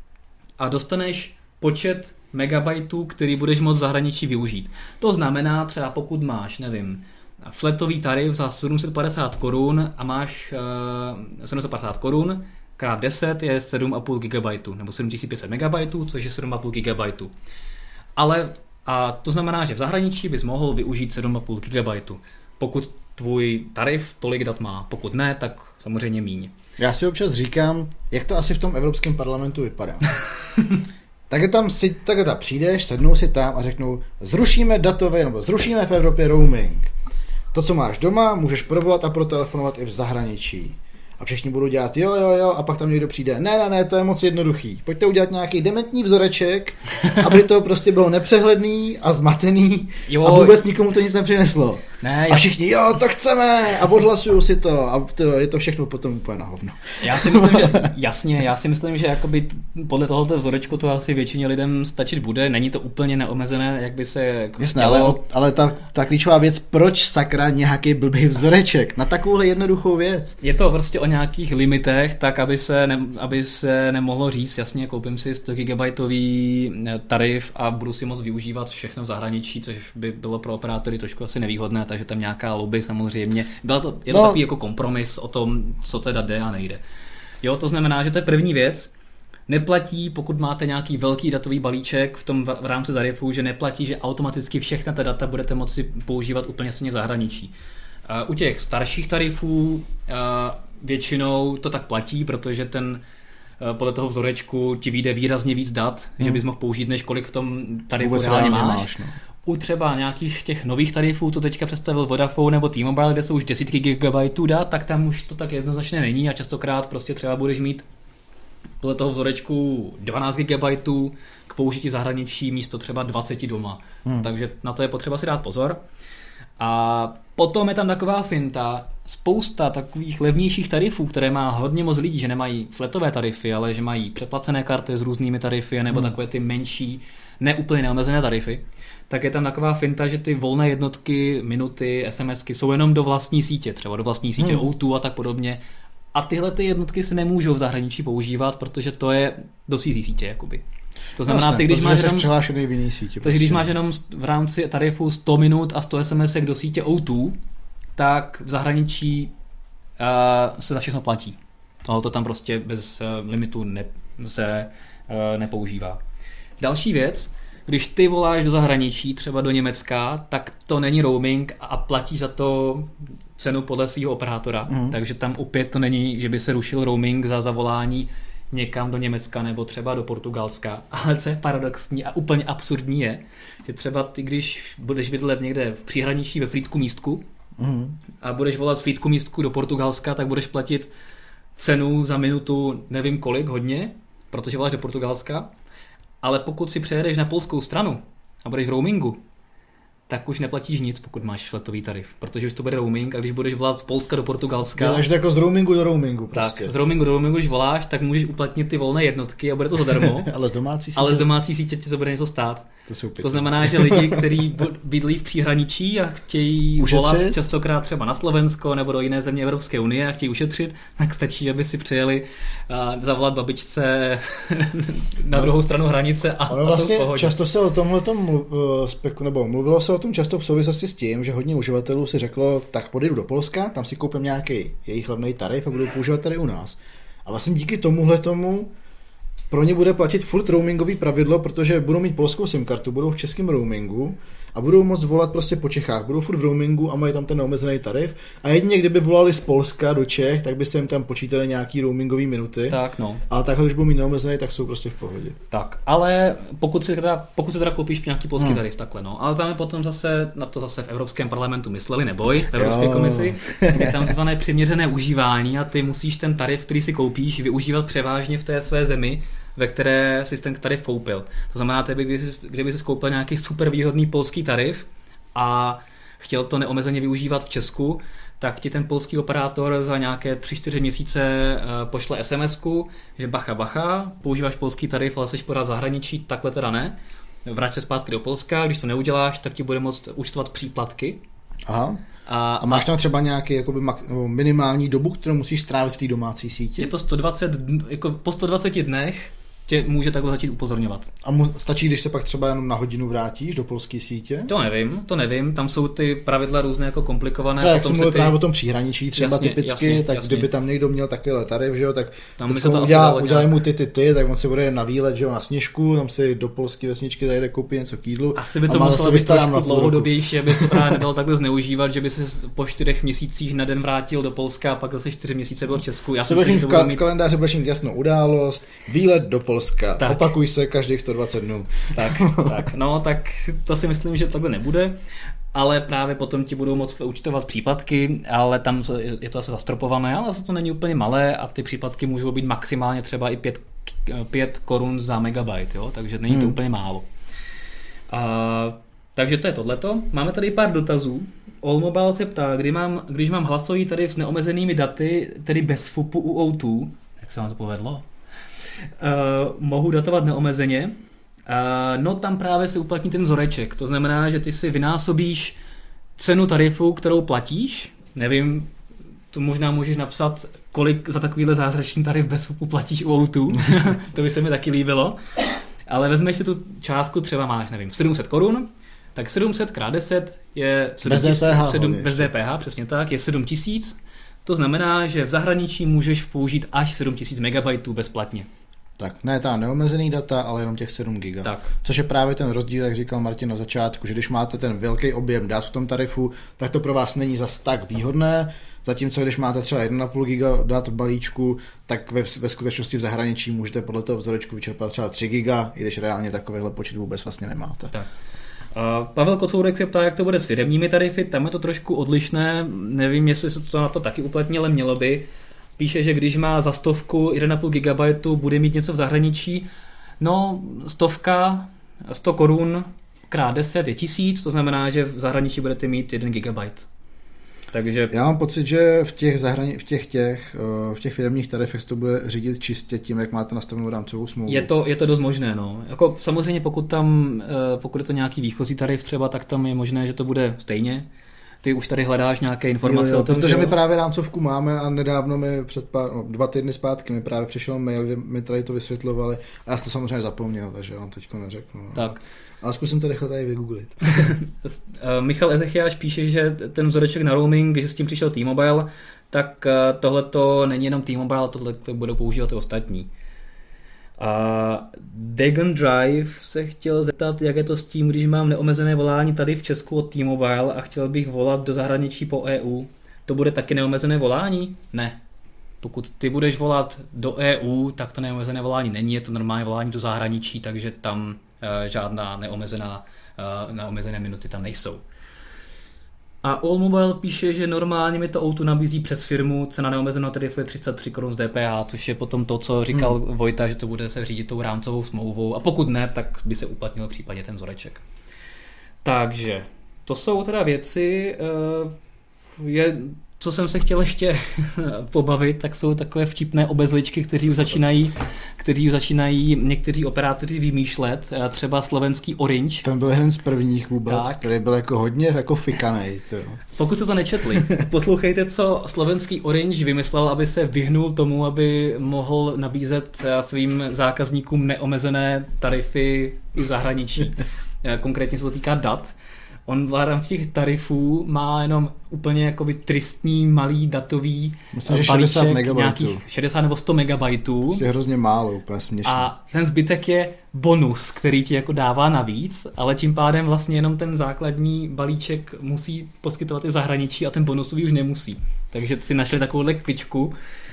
a dostaneš počet megabajtů, který budeš moct v zahraničí využít. To znamená třeba pokud máš, nevím, flatový tarif za sedm set padesát korun a máš uh, sedm set padesát korun krát deset je sedm a půl gigabajtu nebo sedm tisíc pět set megabajtů, což je sedm a půl gigabajtu. Ale a to znamená, že v zahraničí bys mohl využít sedm a půl gigabajtu. Pokud tvůj tarif tolik dat má, pokud ne, tak samozřejmě míň. Já si občas říkám, jak to asi v tom Evropském parlamentu vypadá. Tak je tam si, tak tam přijdeš, sednou si tam a řeknou, zrušíme datové, nebo zrušíme v Evropě roaming. To, co máš doma, můžeš provolat a protelefonovat i v zahraničí. A všichni budou dělat jo, jo, jo, a pak tam někdo přijde, ne, ne, ne, to je moc jednoduchý. Pojďte udělat nějaký dementní vzoreček, aby to prostě bylo nepřehledný a zmatený jo, a vůbec nikomu to nic nepřineslo. Ne, a všichni, jo, to chceme a odhlasují si to a to, je to všechno potom úplně na hovno. Já si myslím, že jasně, já si myslím, že jakoby podle tohoto vzorečku to asi většině lidem stačit bude, není to úplně neomezené, jak by se jako jasně, ale, ale ta, ta klíčová věc, proč sakra nějaký blbý vzoreček na takovouhle jednoduchou věc? Je to prostě o nějakých limitech, tak aby se, ne, aby se nemohlo říct, jasně, koupím si sto gigabajtový tarif a budu si moct využívat všechno v zahraničí, což by bylo pro operátory trošku asi nevýhodné, takže tam nějaká lobby samozřejmě. Byla to, je to no. takový jako kompromis o tom, co teda jde a nejde. Jo, to znamená, že to je první věc. Neplatí, pokud máte nějaký velký datový balíček v tom v rámci tarifu, že neplatí, že automaticky všechna ta data budete moci používat úplně stejně v zahraničí. Uh, u těch starších tarifů uh, většinou to tak platí, protože ten uh, podle toho vzorečku ti vyjde výrazně víc dat, hmm. že bys mohl použít, než kolik v tom tarifu reálně máš. máš no. U třeba nějakých těch nových tarifů, to teďka představil Vodafone nebo T-Mobile, kde jsou už desítky gigabajtů dat, tak tam už to tak jednoznačně není a častokrát prostě třeba budeš mít podle toho vzorečku dvanáct gigabajtů k použití v zahraničí místo třeba dvacet doma. Hmm. Takže na to je potřeba si dát pozor. A potom je tam taková finta, spousta takových levnějších tarifů, které má hodně moc lidí, že nemají flatové tarify, ale že mají předplacené karty s různými tarify, nebo hmm. takové ty menší, neúplně neomezené tarify, tak je tam taková finta, že ty volné jednotky, minuty, SMSky jsou jenom do vlastní sítě, třeba do vlastní sítě hmm. O dva a tak podobně. A tyhle ty jednotky se nemůžou v zahraničí používat, protože to je do cizí sítě, jakoby. To znamená, vlastně, ty když máš jenom přihlášený v jiný sítě. Takže prostě. Když máš jenom v rámci tarifu sto minut a sto SMSek do sítě O dva, tak v zahraničí uh, se za všechno platí. Tohle tam prostě bez uh, limitu ne, se uh, nepoužívá. Další věc, když ty voláš do zahraničí, třeba do Německa, tak to není roaming a platí za to cenu podle svého operátora. Mm. Takže tam opět to není, že by se rušil roaming za zavolání někam do Německa nebo třeba do Portugalska. Ale co je paradoxní a úplně absurdní je, že třeba ty, když budeš bydlet někde v příhraničí ve Frýdku místku mm. a budeš volat z Frýdku místku do Portugalska, tak budeš platit cenu za minutu nevím kolik, hodně, protože voláš do Portugalska. Ale pokud si přejedeš na polskou stranu a budeš v roamingu, tak už neplatíš nic, pokud máš flatový tarif, protože už to bude roaming a když budeš volat z Polska do Portugalska... Děláš to jako z roamingu do roamingu prostě. Tak, z roamingu do roamingu, když voláš, tak můžeš uplatnit ty volné jednotky a bude to zadarmo. Ale z domácí sítě... Ale z domácí sítě ti to bude něco stát. To, to znamená, že lidi, kteří bydlí v příhraničí a chtějí ušetřit? Volat častokrát třeba na Slovensko nebo do jiné země Evropské unie a chtějí ušetřit, tak stačí, aby si přijeli uh, zavolat babičce na druhou stranu hranice a, ono vlastně a často se o tomhletom mluv, speku, nebo mluvilo se o tom často v souvislosti s tím, že hodně uživatelů si řeklo, tak podjedu do Polska, tam si koupím nějaký jejich hlavní tarif a budu používat tady u nás. A vlastně díky tomuhle tomu pro ně bude platit furt roamingový pravidlo, protože budou mít polskou SIM kartu, budou v českém roamingu a budou moct volat prostě po Čechách. Budou furt v roamingu a mají tam ten neomezený tarif. A jedině kdyby volali z Polska do Čech, tak by se jim tam počítali nějaký roamingový minuty. Tak no. A takhle, když budou mít neomezený, tak jsou prostě v pohodě. Tak, ale pokud si teda, pokud si teda koupíš nějaký polský hmm. tarif, takhle no. Ale tam je potom zase, na to zase v Evropském parlamentu mysleli, neboj, v Evropské komisi, je tam zvané přiměřené užívání a ty musíš ten tarif, který si koupíš, využívat převážně v té své zemi, ve které jsi ten tarif koupil. To znamená, tebe, kdyby, kdyby jsi koupil nějaký super výhodný polský tarif a chtěl to neomezeně využívat v Česku, tak ti ten polský operátor za nějaké tři čtyři měsíce pošle es em esku, že bacha, bacha, používáš polský tarif, ale jsi pořád v zahraničí, takhle teda ne. Vrať se zpátky do Polska, když to neuděláš, tak ti bude moct účtovat příplatky. Aha. A, a máš tam třeba nějaký jakoby, minimální dobu, kterou musíš strávit v té domácí síti? Je to sto dvacet, jako po sto dvaceti dnech tě může takhle začít upozorňovat. A mu stačí, když se pak třeba jenom na hodinu vrátíš do polské sítě? To nevím, to nevím, tam jsou ty pravidla různé jako komplikované. Třeba jak jsem mluvil ty... právě o tom příhraničí třeba jasně, typicky, jasně, tak jasně. kdyby tam někdo měl takovýhle tarif, že jo, tak tam to udělá, udělají mu ty, ty, ty, tak on si bude na výlet, že jo, na Sněžku, tam si do polské vesničky zajde koupit něco k jídlu. Asi by to muselo být trošku dlouhodobější, aby to právě nedalo takhle zneužívat, že by se po čtyřech měsících na den vrátil do Polska a pak zase čtyři měsíce byl v Česku. Já jsem v, v, v kalendáři budeš mít jasnou událost, výlet do Polska. Tak. Opakuj se každých sto dvacet dnů. Tak, tak, no, tak to si myslím, že takhle nebude, ale právě potom ti budou moct účtovat příplatky, ale tam je to asi zastropované, ale to není úplně malé a ty příplatky můžou být maximálně třeba i pět korun za megabyte, jo, takže není to hmm. úplně málo. A, takže to je tohleto. Máme tady pár dotazů. Allmobile se ptá, kdy mám, když mám hlasový tarif s neomezenými daty, tedy bez F U P u O dva, jak se vám to povedlo? Uh, mohu datovat neomezeně. Uh, no tam právě se uplatní ten vzoreček. To znamená, že ty si vynásobíš cenu tarifu, kterou platíš. Nevím, to možná můžeš napsat, kolik za takovýhle zázračný tarif bez F U P platíš u O dva. To by se mi taky líbilo. Ale vezmeš si tu částku, třeba máš, nevím, sedm set korun, tak sedm set krát deset je bez D P H, sedm, bez D P H, přesně tak, je sedm tisíc. To znamená, že v zahraničí můžeš použít až sedm tisíc megabajtů bezplatně. Tak, ne ta neomezený data, ale jenom těch sedm giga. Tak. Což je právě ten rozdíl, jak říkal Martin na začátku, že když máte ten velký objem dat v tom tarifu, tak to pro vás není zas tak výhodné, zatímco když máte třeba jedna celá pět giga dat v balíčku, tak ve, ve skutečnosti v zahraničí můžete podle toho vzorečku vyčerpat třeba tři giga, i když reálně takovýhle počet vůbec vlastně nemáte. Tak. Uh, Pavel Kocourek se ptá, jak to bude s firemními tarify, tam je to trošku odlišné, nevím, jestli se to na to taky uplatní, ale mělo by. Píše, že když má za stovku jedna celá pět gigabajtu, bude mít něco v zahraničí. No, stovka, sto korun krát deset je tisíc, to znamená, že v zahraničí budete mít jeden gigabajt. Takže... Já mám pocit, že v těch, zahrani- v těch, těch, v těch firemních tarifech to bude řídit čistě tím, jak máte nastavenou rámcovou smlouvu. Je to, je to dost možné, no. Jako, samozřejmě pokud tam, pokud je to nějaký výchozí tarif třeba, tak tam je možné, že to bude stejně. Ty už tady hledáš nějaké informace jo, jo, o tom, protože že... my právě rámcovku máme a nedávno mi před pár, no, dva týdny zpátky mi právě přišel mail, kde mi tady to vysvětlovali a já jsem to samozřejmě zapomněl, takže vám teďko neřeknu. Tak. Ale zkusím to rychle tady vygooglit. Michal Ezechiáš píše, že ten vzoreček na roaming, že s tím přišel T-Mobile, tak tohle to není jenom T-Mobile, tohle to budou používat i ostatní. A Dagon Drive se chtěl zeptat, jak je to s tím, když mám neomezené volání tady v Česku od T-Mobile a chtěl bych volat do zahraničí po E U. To bude taky neomezené volání? Ne. Pokud ty budeš volat do E U, tak to neomezené volání není, je to normální volání do zahraničí, takže tam uh, žádná neomezená, uh, neomezené minuty tam nejsou. A Allmobile píše, že normálně mi to O dva nabízí přes firmu, cena neomezeného tarifu je třicet tři korun z D P H, což je potom to, co říkal hmm. Vojta, že to bude se řídit tou rámcovou smlouvou a pokud ne, tak by se uplatnil v případě ten vzoreček. Takže to jsou teda věci, je, co jsem se chtěl ještě pobavit, tak jsou takové vtipné obezličky, kteří už začínají, kteří už začínají někteří operátoři vymýšlet, třeba slovenský Orange. Ten byl jeden z prvních vůbec, tak. který byl jako hodně jako fikanej. Pokud jste to nečetli, poslouchejte, co slovenský Orange vymyslel, aby se vyhnul tomu, aby mohl nabízet svým zákazníkům neomezené tarify i v zahraničí. Konkrétně se to týká dat. On v rámci těch tarifů má jenom úplně jakoby tristní malý datový Myslím, že šedesát megabajtů. Nějakých šedesát nebo sto megabajtů. To je hrozně málo, úplně směšný. A ten zbytek je bonus, který ti jako dává navíc, ale tím pádem vlastně jenom ten základní balíček musí poskytovat i v zahraničí a ten bonusový už nemusí. Takže si našli takovouhle kličku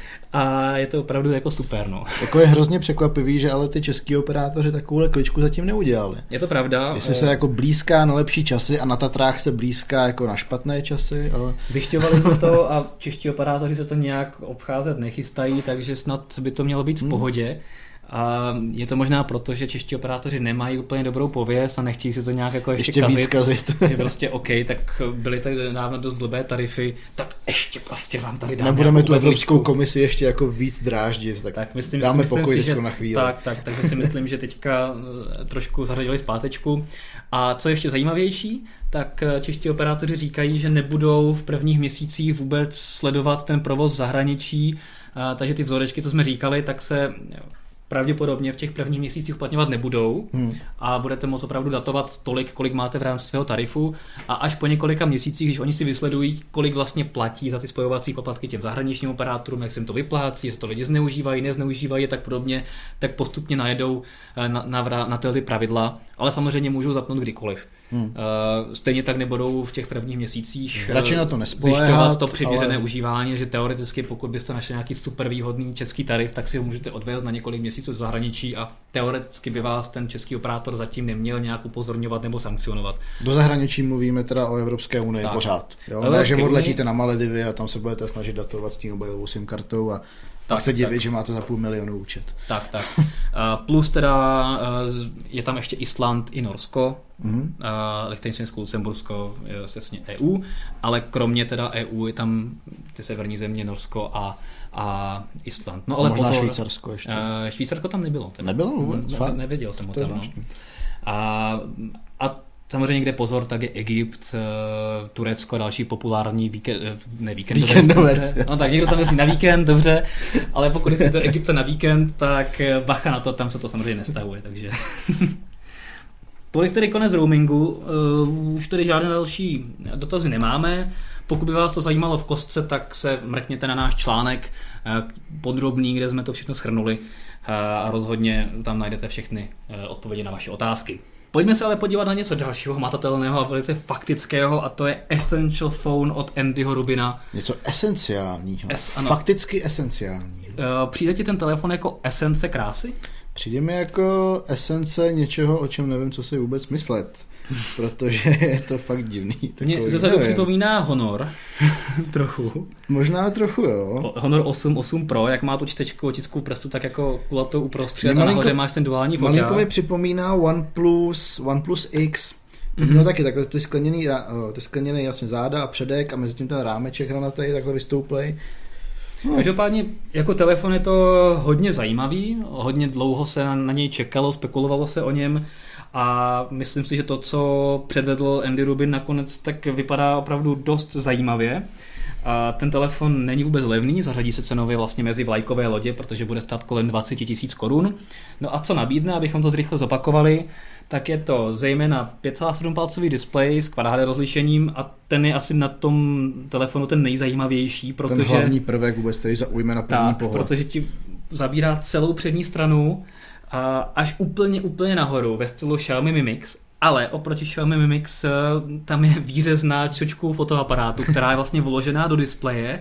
a je to opravdu jako super, no. Jako je hrozně překvapivý, že ale ty český operátoři takovouhle kličku zatím neudělali. Je to pravda. Jestli se jako blízká na lepší časy a na Tatrách se blízká jako na špatné časy, ale... Zjišťovali jsme to a čeští operátoři se to nějak obcházet nechystají, takže snad by to mělo být v pohodě. A je to možná proto, že čeští operátoři nemají úplně dobrou pověst a nechtějí si to nějak jako ještě, ještě kazit. Víc kazit. Je prostě OK, tak byly tady dávno dost blbé tarify, tak ještě prostě vám tady dáme. Nebudeme tu Evropskou komisi ještě jako víc dráždit, tak, tak myslím, dáme myslím pokoj si, teďko že, na chvíli. Tak, tak, takže si myslím, že teďka trošku zařadili zpátečku. A co ještě zajímavější, tak čeští operátoři říkají, že nebudou v prvních měsících vůbec sledovat ten provoz v zahraničí, takže ty vzorečky, co jsme říkali, tak se pravděpodobně v těch prvních měsících uplatňovat nebudou hmm. a budete moct opravdu datovat tolik, kolik máte v rámci svého tarifu a až po několika měsících, když oni si vysledují, kolik vlastně platí za ty spojovací poplatky těm zahraničním operátorům, jak se jim to vyplácí, jestli to lidi zneužívají, nezneužívají, tak podobně, tak postupně najedou na, na, na tyhle ty pravidla, ale samozřejmě můžou zapnout kdykoliv. Hmm. Uh, stejně tak nebudou v těch prvních měsících radši na to zjišťovat to přiměřené ale... užívání, že teoreticky pokud byste našli nějaký super výhodný český tarif, tak si ho můžete odvést na několik měsíců v zahraničí a teoreticky by vás ten český operátor zatím neměl nějak upozorňovat nebo sankcionovat. Do zahraničí mluvíme teda o Evropské unii tak. Pořád. Jo? Ne, že odletíte na Maledivy a tam se budete snažit datovat s tím mobilovou SIM kartou a tak se divit, že máte za půl milionu účet. Tak, tak. Plus teda je tam ještě Island i Norsko, mm-hmm. Lichtenštejnsko, Lucembursko, jasně E U, ale kromě teda E U je tam ty severní země, Norsko a, a Island. No ale možná pozor, Švýcarsko ještě. Švýcarsko tam nebylo. Teda. Nebylo vůbec? Ne, nevěděl jsem o tom. No. A, a samozřejmě, kde pozor, tak je Egypt, Turecko, další populární víkend, ne víkendové destinace. No tak někdo tam jezdí na víkend, dobře, ale pokud jste do Egypta na víkend, tak bacha na to, tam se to samozřejmě nestavuje, takže... Tolik tedy konec roamingu, uh, už tady žádné další dotazy nemáme. Pokud by vás to zajímalo v kostce, tak se mrkněte na náš článek uh, podrobný, kde jsme to všechno shrnuli uh, a rozhodně tam najdete všechny uh, odpovědi na vaše otázky. Pojďme se ale podívat na něco dalšího hmatatelného a velice faktického a to je Essential Phone od Andyho Rubina. Něco esenciálního, es, fakticky esenciálního. Uh, přijde ti ten telefon jako esence krásy? Přijde mi jako esence něčeho, o čem nevím, co si vůbec myslet, protože je to fakt divný. Mně zase to připomíná Honor trochu. Možná trochu, jo. Honor osm, osm Pro, jak má tu čtečku otisku prstu, tak jako kulatou uprostřed a nahoře máš ten duální foťák. Malinko mi připomíná OnePlus, OnePlus X. To mělo mm-hmm. taky takhle ty skleněný, ty skleněný jasně záda a předek a mezi tím ten rámeček hranatý takhle vystouplej. No. Každopádně jako telefon je to hodně zajímavý, hodně dlouho se na, na něj čekalo, spekulovalo se o něm a myslím si, že to, co předvedl Andy Rubin nakonec, tak vypadá opravdu dost zajímavě. A ten telefon není vůbec levný, zařadí se cenově vlastně mezi vlajkové lodě, protože bude stát kolem dvacet tisíc korun. No a co nabídne, abychom to zrychle zopakovali, tak je to zejména pět celá sedm palcový displej s Quad H D rozlišením a ten je asi na tom telefonu ten nejzajímavější, protože... Ten hlavní prvek vůbec, který zaujme na první tak, pohled. protože ti zabírá celou přední stranu a až úplně, úplně nahoru ve stylu Xiaomi Mi Mix, ale oproti Xiaomi Mi Mix tam je výřezná čočkou fotoaparátu, která je vlastně vložená do displeje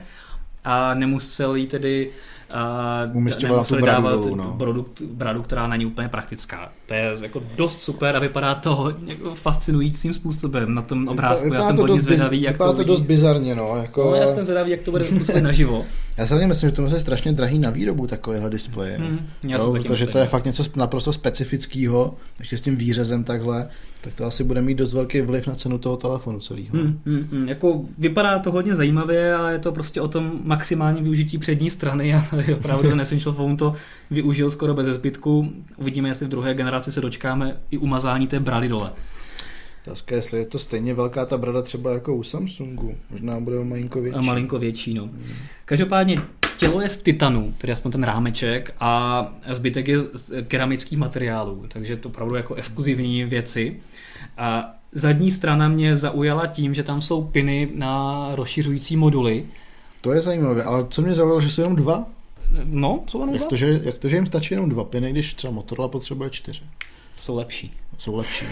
a nemusel jí tedy umístěvala tu bradu dolů, no. bradu, bradu, která není úplně praktická. To je jako dost super a vypadá to jako fascinujícím způsobem na tom obrázku. Vypadá já jsem hodně zvědavý, jak vypadá to to dost bizarně, no. Jako... no. Já jsem zvědavý, jak to bude působit naživo. Já si myslím, že to je strašně drahý na výrobu takového displeje. Hmm, no, protože to je fakt něco naprosto specifického, ještě s tím výřezem takhle, tak to asi bude mít dost velký vliv na cenu toho telefonu celého. Hmm, hmm, hmm. Jako vypadá to hodně zajímavě a je to prostě o tom maximální využití přední strany a opravdu ten Essential Phone to využil skoro bez zbytku. Uvidíme, jestli v druhé generaci se dočkáme i umazání té brady dole. Otázka, jestli je to stejně velká ta brada třeba jako u Samsungu. Možná bude malinko větší. A malinko větší, no. Hmm. Každopádně tělo je z titanu, tedy aspoň ten rámeček, a zbytek je z keramických materiálů, takže to opravdu jako exkluzivní věci. A Zadní strana mě zaujala tím, že tam jsou piny na rozšiřující moduly. To je zajímavé, ale co mě zaujalo, že jsou jenom dva? No, jsou jenom jak dva? To, že, jak to, že jim stačí jenom dva piny, když třeba Motorola potřebuje čtyři? Jsou lepší. Jsou lepší.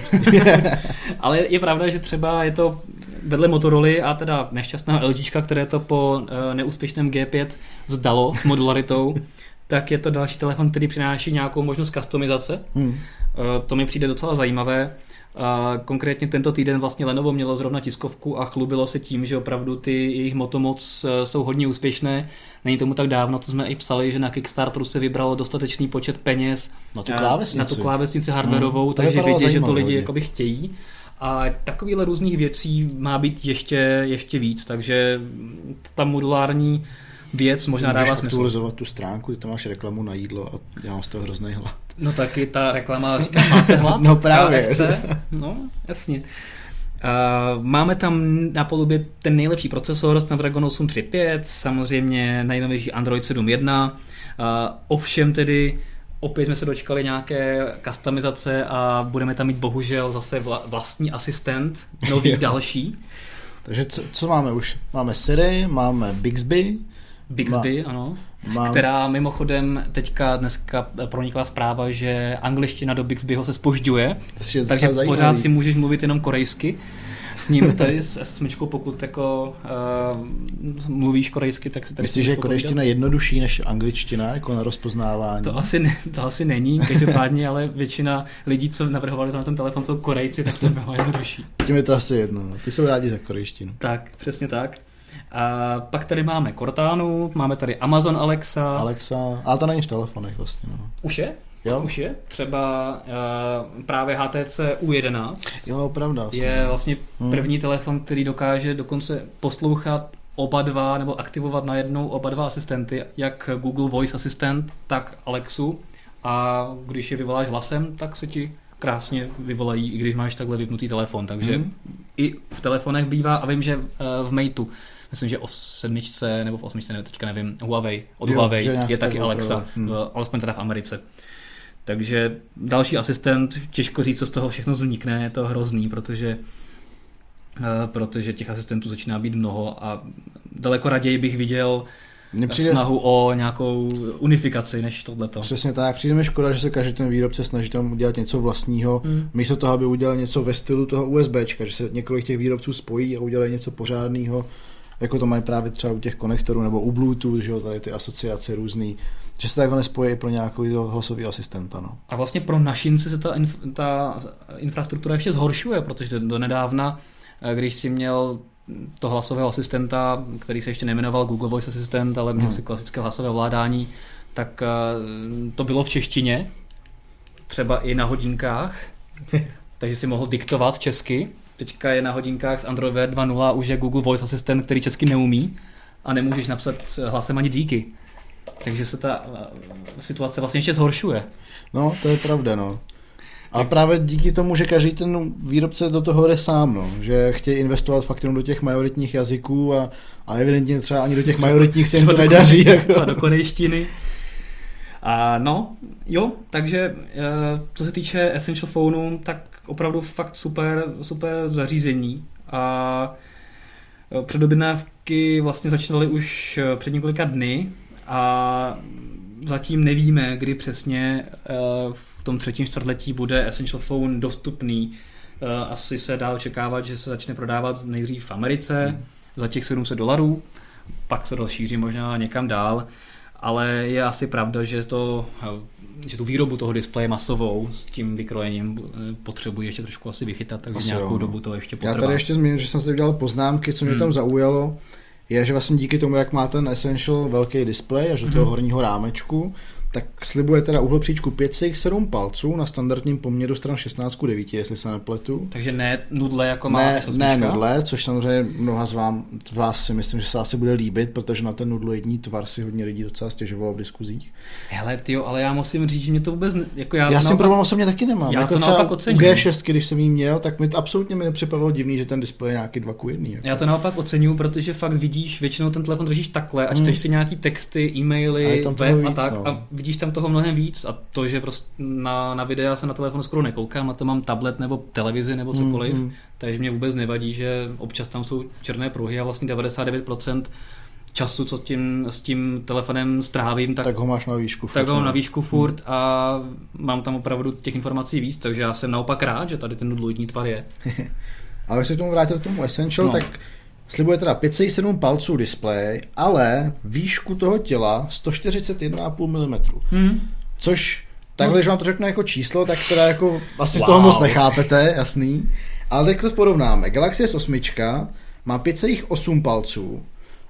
Ale je pravda, že třeba je to vedle Motoroly a teda nešťastného LGčka, které to po neúspěšném G pět vzdalo s modularitou, tak je to další telefon, který přináší nějakou možnost customizace. Hmm. To mi přijde docela zajímavé. Konkrétně tento týden vlastně Lenovo mělo zrovna tiskovku a chlubilo se tím, že opravdu ty jejich motomoc jsou hodně úspěšné. Není tomu tak dávno, to jsme i psali, že na Kickstarteru se vybralo dostatečný počet peněz na tu klávesnici, na tu klávesnici hardwareovou, hmm, takže vidí, že to lidi jakoby chtějí. A takovýhle různých věcí má být ještě, ještě víc, takže ta modulární věc možná dává smysl. Můžeš aktualizovat tu stránku, ty tam máš reklamu na jídlo a já mám z toho hrozný hlad. No taky ta reklama říká, máte hlad? No právě. K F C? No, jasně. Uh, máme tam na palubě ten nejlepší procesor Snapdragon osm tři pět, samozřejmě nejnovější Android sedm jedna, uh, ovšem tedy opět jsme se dočkali nějaké customizace a budeme tam mít bohužel zase vla, vlastní asistent, nový další. Takže co, co máme už? Máme Siri, máme Bixby. Bixby, Má, ano. Mám. Která mimochodem teďka dneska pronikla zpráva, že angličtina do Bixbyho se zpožďuje, takže pořád si můžeš mluvit jenom korejsky s ním tady s osmičkou, pokud jako uh, mluvíš korejsky, tak si tady... Myslíš, že je korejština jednodušší než angličtina jako na rozpoznávání? To asi, ne, to asi není, každopádně, ale většina lidí, co navrhovali to na ten telefon, jsou Korejci, tak to bylo jednodušší. Tím je to asi jedno, no. Ty jsou rádi za korejštinu. Tak, přesně tak. A pak tady máme Cortánu, máme tady Amazon Alexa. Alexa, ale to není v telefonech vlastně. No. Už je? Jo. Už je. Třeba uh, právě H T C U jedenáct jo, pravda, je vlastně první hmm. telefon, který dokáže dokonce poslouchat oba dva, nebo aktivovat najednou oba dva asistenty, jak Google Voice Assistant, tak Alexu. A když je vyvoláš hlasem, tak se ti krásně vyvolají, i když máš takhle vypnutý telefon. Takže hmm. i v telefonech bývá, a vím, že uh, v Mateu, myslím, že o sedmičce nebo v osmičce, ne, teďka nevím, Huawei, od jo, Huawei je taky Alexa, hmm. alespoň teda v Americe. Takže další asistent, těžko říct, co z toho všechno vznikne, je to hrozný, protože, uh, protože těch asistentů začíná být mnoho a daleko raději bych viděl Nepřijde... snahu o nějakou unifikaci než tohleto. Přesně tak, přijde mi škoda, že se každý ten výrobce snaží tam udělat něco vlastního, hmm. místo toho, aby udělal něco ve stylu toho USBčka, že se několik těch výrobců spojí a udělají něco pořádného, jako to mají právě třeba u těch konektorů nebo u Bluetooth, že jo, tady ty asociace různý, že se takhle nespojí pro nějakého hlasového asistenta. No. A vlastně pro našince se ta, inf- ta infrastruktura ještě zhoršuje, protože do nedávna, když si měl to hlasového asistenta, který se ještě nejmenoval Google Voice Assistant, ale měl hmm. si klasické hlasové ovládání, tak to bylo v češtině, třeba i na hodinkách, takže si mohl diktovat česky. Teďka je na hodinkách z Android Wear dva tečka nula už je Google Voice Assistant, který česky neumí a nemůžeš napsat hlasem ani díky. Takže se ta situace vlastně ještě zhoršuje. No, to je pravda, no. A právě díky tomu, že každý ten výrobce do toho jde sám, no. Že chtějí investovat fakt jenom do těch majoritních jazyků a, a evidentně třeba ani do těch majoritních se jim to nedaří. Jako. Do korejštiny. A no, jo, takže co se týče Essential Phoneu, tak opravdu fakt super, super zařízení. A předobjednávky vlastně začaly už před několika dny a zatím nevíme, kdy přesně v tom třetím čtvrtletí bude Essential Phone dostupný. Asi se dá očekávat, že se začne prodávat nejdřív v Americe hmm. za těch sedm set dolarů, pak se rozšíří možná někam dál, ale je asi pravda, že, to, že tu výrobu toho displeje masovou s tím vykrojením potřebuji ještě trošku asi vychytat, takže asi nějakou jo. dobu to ještě potrvá. Já tady ještě zmíním, že jsem si udělal poznámky, co mě hmm. tam zaujalo, je, že vlastně díky tomu, jak má ten Essential velký displej až do toho mm-hmm. horního rámečku, tak slibuje teda úhlopříčku pět celá sedm palců na standardním poměru stran šestnáct ku devíti, jestli se nepletu. Takže ne nudle, jako má ne, S osm. Ne nudle, což samozřejmě mnoha z, vám, z vás si myslím, že se asi bude líbit, protože na ten nudloidní tvar si hodně lidí docela stěžovalo v diskuzích. Hele, tyjo, ale já musím říct, že mě to vůbec... Jako já já s tím problém osobně taky nemám. Já jako to naopak oceňuji. G šest, když jsem jí měl, tak mi to absolutně mi nepřipadalo divný, že ten displej je nějaký dva ku jedné. Jako. Já to naopak oceňuji, protože fakt vidíš, většinou ten telefon držíš takhle a čteš hmm. si nějaký texty, e-maily, web a tak no. a vidíš tam toho mnohem víc a to, že prostě na, na videa se na telefonu skoro nekoukám, na to mám tablet nebo televizi nebo cokoliv, mm, mm. takže mě vůbec nevadí, že občas tam jsou černé pruhy a vlastně devadesát devět procent času, co tím, s tím telefonem strávím, tak, tak ho máš na výšku furt. Tak ho mám na výšku furt mm. a mám tam opravdu těch informací víc, takže já jsem naopak rád, že tady ten nudloidní tvar je. Ale když se k tomu vrátil k tomu Essential, no. tak slibuje teda pět celá sedm palců displej, ale výšku toho těla sto čtyřicet jedna celá pět milimetru. Hmm. Což, takhle, no. když vám to řeknu jako číslo, tak teda jako asi wow. z toho moc nechápete, jasný. Ale tak to porovnáme. Galaxy S osm má pět celá osm palců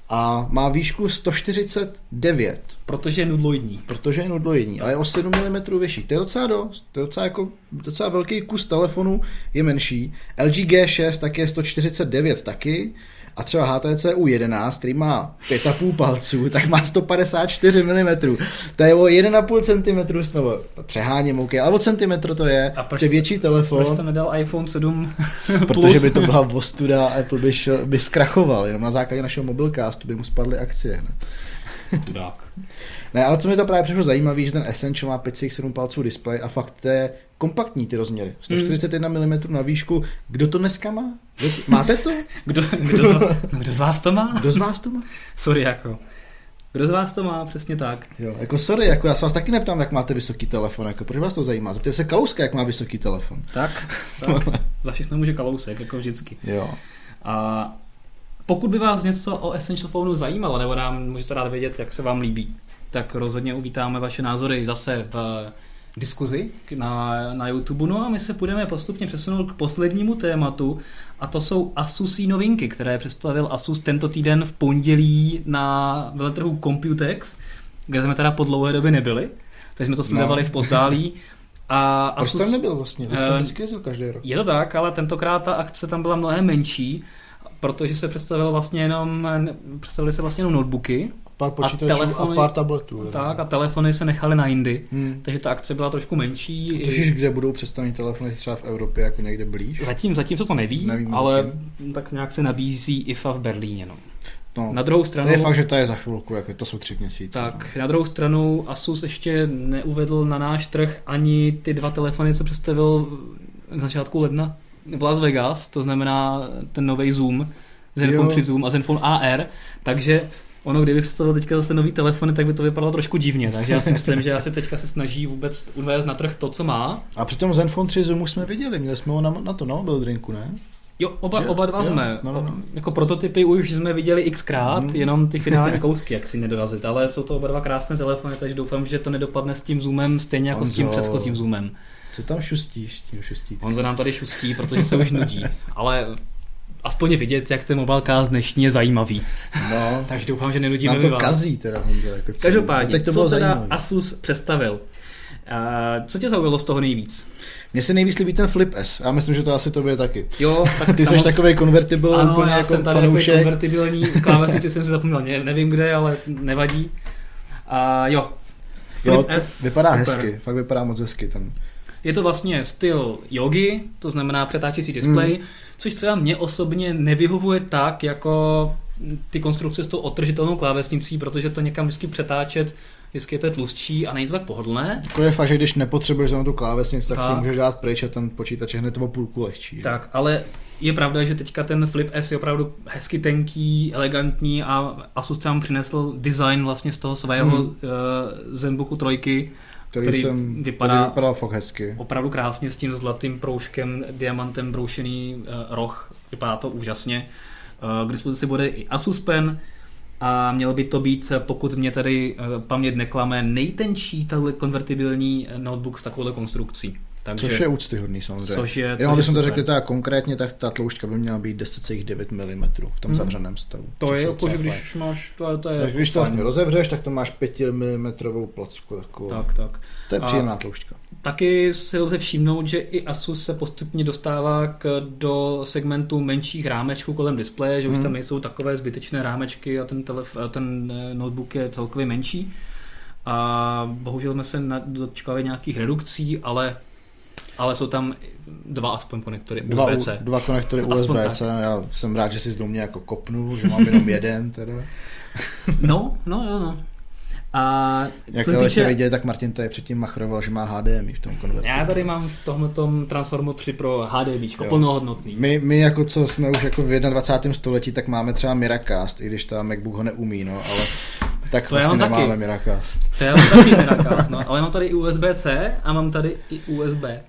a má výšku sto čtyřicet devět. Protože je nudloidní. Protože je nudloidní, ale je o sedm milimetrů vyšší. To je docela dost. To je docela, jako, docela velký kus telefonu, je menší. L G G šest tak je sto čtyřicet devět taky. A třeba H T C U jedenáct, který má pět celá pět palců, tak má sto padesát čtyři milimetrů. To je o jeden celá pět centimetru, nebo přeháním, OK, ale o centimetr to je, a proč je větší telefon. Proč jsi nedal iPhone sedm Protože by to byla ostuda a Apple by, šel, by zkrachoval, jenom na základě našeho mobilecastu by mu spadly akcie hned. Tudák. Ne, ale co mi to právě přišlo zajímavé, že ten Essential má pět celá sedm palců displej a fakt to je kompaktní ty rozměry. sto čtyřicet jedna milimetrů na výšku. Kdo to dneska má? Máte to? Kdo, kdo, z, kdo z vás to má? Kdo z vás to má? Sorry, jako. Kdo z vás to má? Přesně tak. Jo, jako sorry, jako já se vás taky neptám, jak máte vysoký telefon, jako proč vás to zajímá? Zeptejte se Kalouska, jak má vysoký telefon. Tak, tak. Za všechno může Kalousek, jako vždycky. Jo. A pokud by vás něco o Essential Phoneu zajímalo, nebo nám můžete rád vědět, jak se vám líbí, tak rozhodně uvítáme vaše názory zase v diskuzi na, na YouTube. No a my se budeme postupně přesunout k poslednímu tématu a to jsou Asusí novinky, které představil Asus tento týden v pondělí na veletrhu Computex, kde jsme teda po dlouhé době nebyli, takže jsme to sledovali no. v pozdálí. A Proč Asus, jsem nebyl vlastně? Vy jste vždycky jezdil každý rok. Je to tak, ale tentokrát ta akce tam byla mnohem menší, protože se představil vlastně jenom, představili se vlastně jenom notebooky, pár počítačů a, telefony, a pár tabletů. Tak a telefony se nechaly na jindy, hmm. takže ta akce byla trošku menší. Totiž kde budou představení telefony třeba v Evropě jako někde blíž? Zatím, zatím se to neví, Nevím, ale nevím. tak nějak se nabízí I F A v Berlíně. No. No, na druhou stranu, to je fakt, že to je za chvilku, jako to jsou tři měsíce. Tak, no. Na druhou stranu Asus ještě neuvedl na náš trh ani ty dva telefony, co představil na začátku ledna v Las Vegas, to znamená ten nový Zoom, Zenfone tři Zoom a Zenfone A R, takže ono, kdyby představil teďka zase nový telefony, tak by to vypadalo trošku divně, takže já si myslím, že asi teďka se snaží vůbec uvést na trh to, co má. A přitom Zenfone tři Zoom už jsme viděli, měli jsme ho na, na to, na Mobile Drinku, ne? Jo, oba, oba dva jo, jsme. No, no, no. Jako prototypy už jsme viděli xkrát, mm. jenom ty finální kousky, jak si nedorazit, ale jsou to oba dva krásné telefony, takže doufám, že to nedopadne s tím Zoomem stejně jako Honzo, s tím předchozím Zoomem. Co tam šustíš, tím šustí? On za nám tady šustí, protože se už nudí, ale aspoň vidět, jak ten mobilecast dnešní je zajímavý. No, takže doufám, že nenudíme vám to vás. Kazí teda, Honzo, jako každopádně, co teda zajímavý. Asus představil? Uh, co tě zaujalo z toho nejvíc? Mně se nejvíc líbí ten Flip S. Já myslím, že to asi tobě taky. Jo, tak ty jsi takovej konvertibil, ano, úplně já jako jsem tady fanoušek. Ano, konvertibilní klávesnici jsem si zapomněl, ne, nevím kde, ale nevadí. A uh, jo, Flip jo, S, vypadá super. hezky, fakt vypadá moc hezky ten. Je to vlastně styl jogi, to znamená přetáčecí displej, mm. což třeba mě osobně nevyhovuje tak, jako ty konstrukce s tou odtržitelnou klávesnicí, protože to někam vždycky přetáčet, vždycky je to tlustší a není to tak pohodlné. To je fakt, že když nepotřebuješ zrovna tu klávesnici, tak, tak si můžeš dát pryč a ten počítač je hned o půlku lehčí. Že? Tak, ale je pravda, že teďka ten Flip S je opravdu hezky tenký, elegantní a Asus tam přinesl design vlastně z toho svého hmm. uh, Zenbooku trojky, který, který jsem, vypadá, který vypadal fakt hezky. Opravdu krásně s tím zlatým proužkem, diamantem broušený uh, roh, vypadá to úžasně. Uh, k dispozici bude i Asus Pen a měl by to být, pokud mě tady uh, paměť neklame, nejtenčí tato konvertibilní notebook s takovouhle konstrukcí. Takže, což je úctyhodný samozřejmě. Což je, Jenom když jsem to řekl teda konkrétně, tak ta tloušťka by měla být deset celá devět milimetrů v tom hmm. zavřeném stavu. To je jako, že když máš... To, to je tak když to vlastně rozevřeš, tak to máš pětimilimetrovou placku takovou. Tak, tak. To je příjemná tloušťka. Taky si lze všimnout, že i Asus se postupně dostává k, do segmentu menších rámečků kolem displeje, že hmm. už tam nejsou takové zbytečné rámečky a ten, telef- ten notebook je celkově menší. A bohužel jsme se dočkali nějakých redukcí, ale Ale jsou tam dva aspoň konektory dva, U S B C. Dva konektory U S B C, já jsem rád, že si do mě jako kopnul, že mám jenom jeden teda. No, no, no, no. A jak to týče... jste viděli, tak Martin tady předtím machroval, že má H D M I v tom konverteru. Já tady mám v tomhletom Transformu tři pro HDMIčko, plnohodnotný. My, my jako co jsme už jako v dvacátém století, tak máme třeba Miracast, i když ta MacBook ho neumí, no, ale tak to vlastně nemáme Miracast. To já mám taky Miracast, no, ale mám tady i U S B C a mám tady i U S B.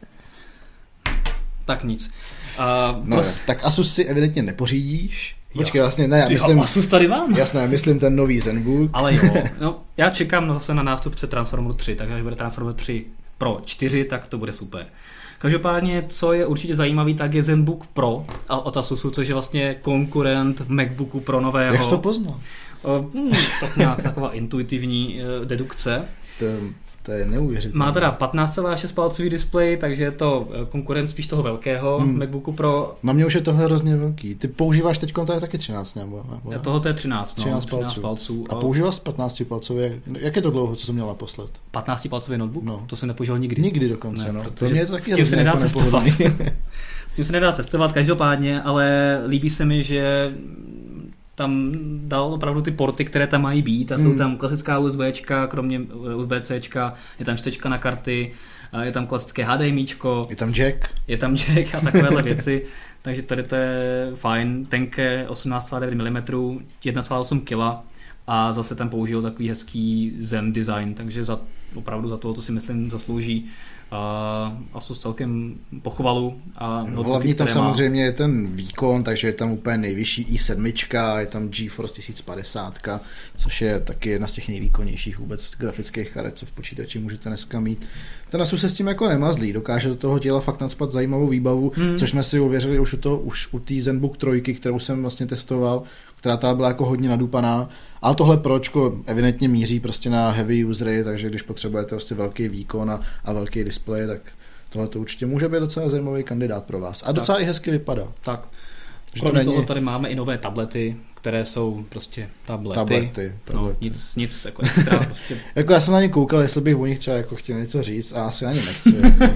Tak nic. Uh, no, pros... tak Asus si evidentně nepořídíš. Počkej, vlastně ne, já myslím... Asus tady mám. Jasné, myslím ten nový ZenBook. Ale jo, no, já čekám zase na nástupce Transformeru tři, takže až bude Transformer tři Pro čtyři, tak to bude super. Každopádně, co je určitě zajímavý, tak je ZenBook Pro od Asusu, což je vlastně konkurent MacBooku Pro nového. Jak jsi to poznal? Uh, hmm, tak nějak taková intuitivní uh, dedukce. To... To je neuvěřitelné. Má teda patnáct celá šest palcový displej, takže je to konkurent spíš toho velkého hmm. MacBooku Pro. Na mě už je tohle hrozně velký. Ty používáš teď to taky třináct nebo? nebo tohle je třináct, no, třináct, třináct palců. palců. A používáš patnáct palcový? Jak, jak je to dlouho, co jsem měl naposled? patnáct palcový notebook? No. To jsem nepoužíval nikdy. Nikdy dokonce, ne, no. To mě to taky s tím se nedá cestovat. S tím se nedá cestovat každopádně, ale líbí se mi, že tam dal opravdu ty porty, které tam mají být a jsou tam klasická USBčka, kromě USBCčka, je tam čtečka na karty, je tam klasické HDMIčko. Je tam jack. Je tam jack a takovéhle věci, takže tady to je fajn, tenké osmnáct celá devět milimetrů, jedna celá osm kilogramů a zase tam použil takový hezký Zen design, takže za, opravdu za tohoto si myslím zaslouží a Asus celkem pochvalu. A hlavní tam samozřejmě je ten výkon, takže je tam úplně nejvyšší i sedm, je tam GeForce tisíc padesát, což je taky jedna z těch nejvýkonnějších vůbec grafických karet, co v počítači můžete dneska mít. Ten Asus se s tím jako nemazlí, dokáže do toho těla fakt nadspat zajímavou výbavu, hmm. což jsme si uvěřili už u toho, už u té ZenBook tři, kterou jsem vlastně testoval, která ta byla jako hodně nadupaná. Ale tohle pročko evidentně míří prostě na heavy usery, takže když potřebujete prostě velký výkon a, a velký displej, tak tohle to určitě může být docela zajímavý kandidát pro vás. A tak. Docela i hezky vypadá. Tak. Kromě není... toho tady máme i nové tablety, které jsou prostě tablety. Tablety, tablety. No, nic, nic jako extra. Prostě... jako já jsem na ně koukal, jestli bych o nich třeba jako chtěl něco říct a asi na ně nechci.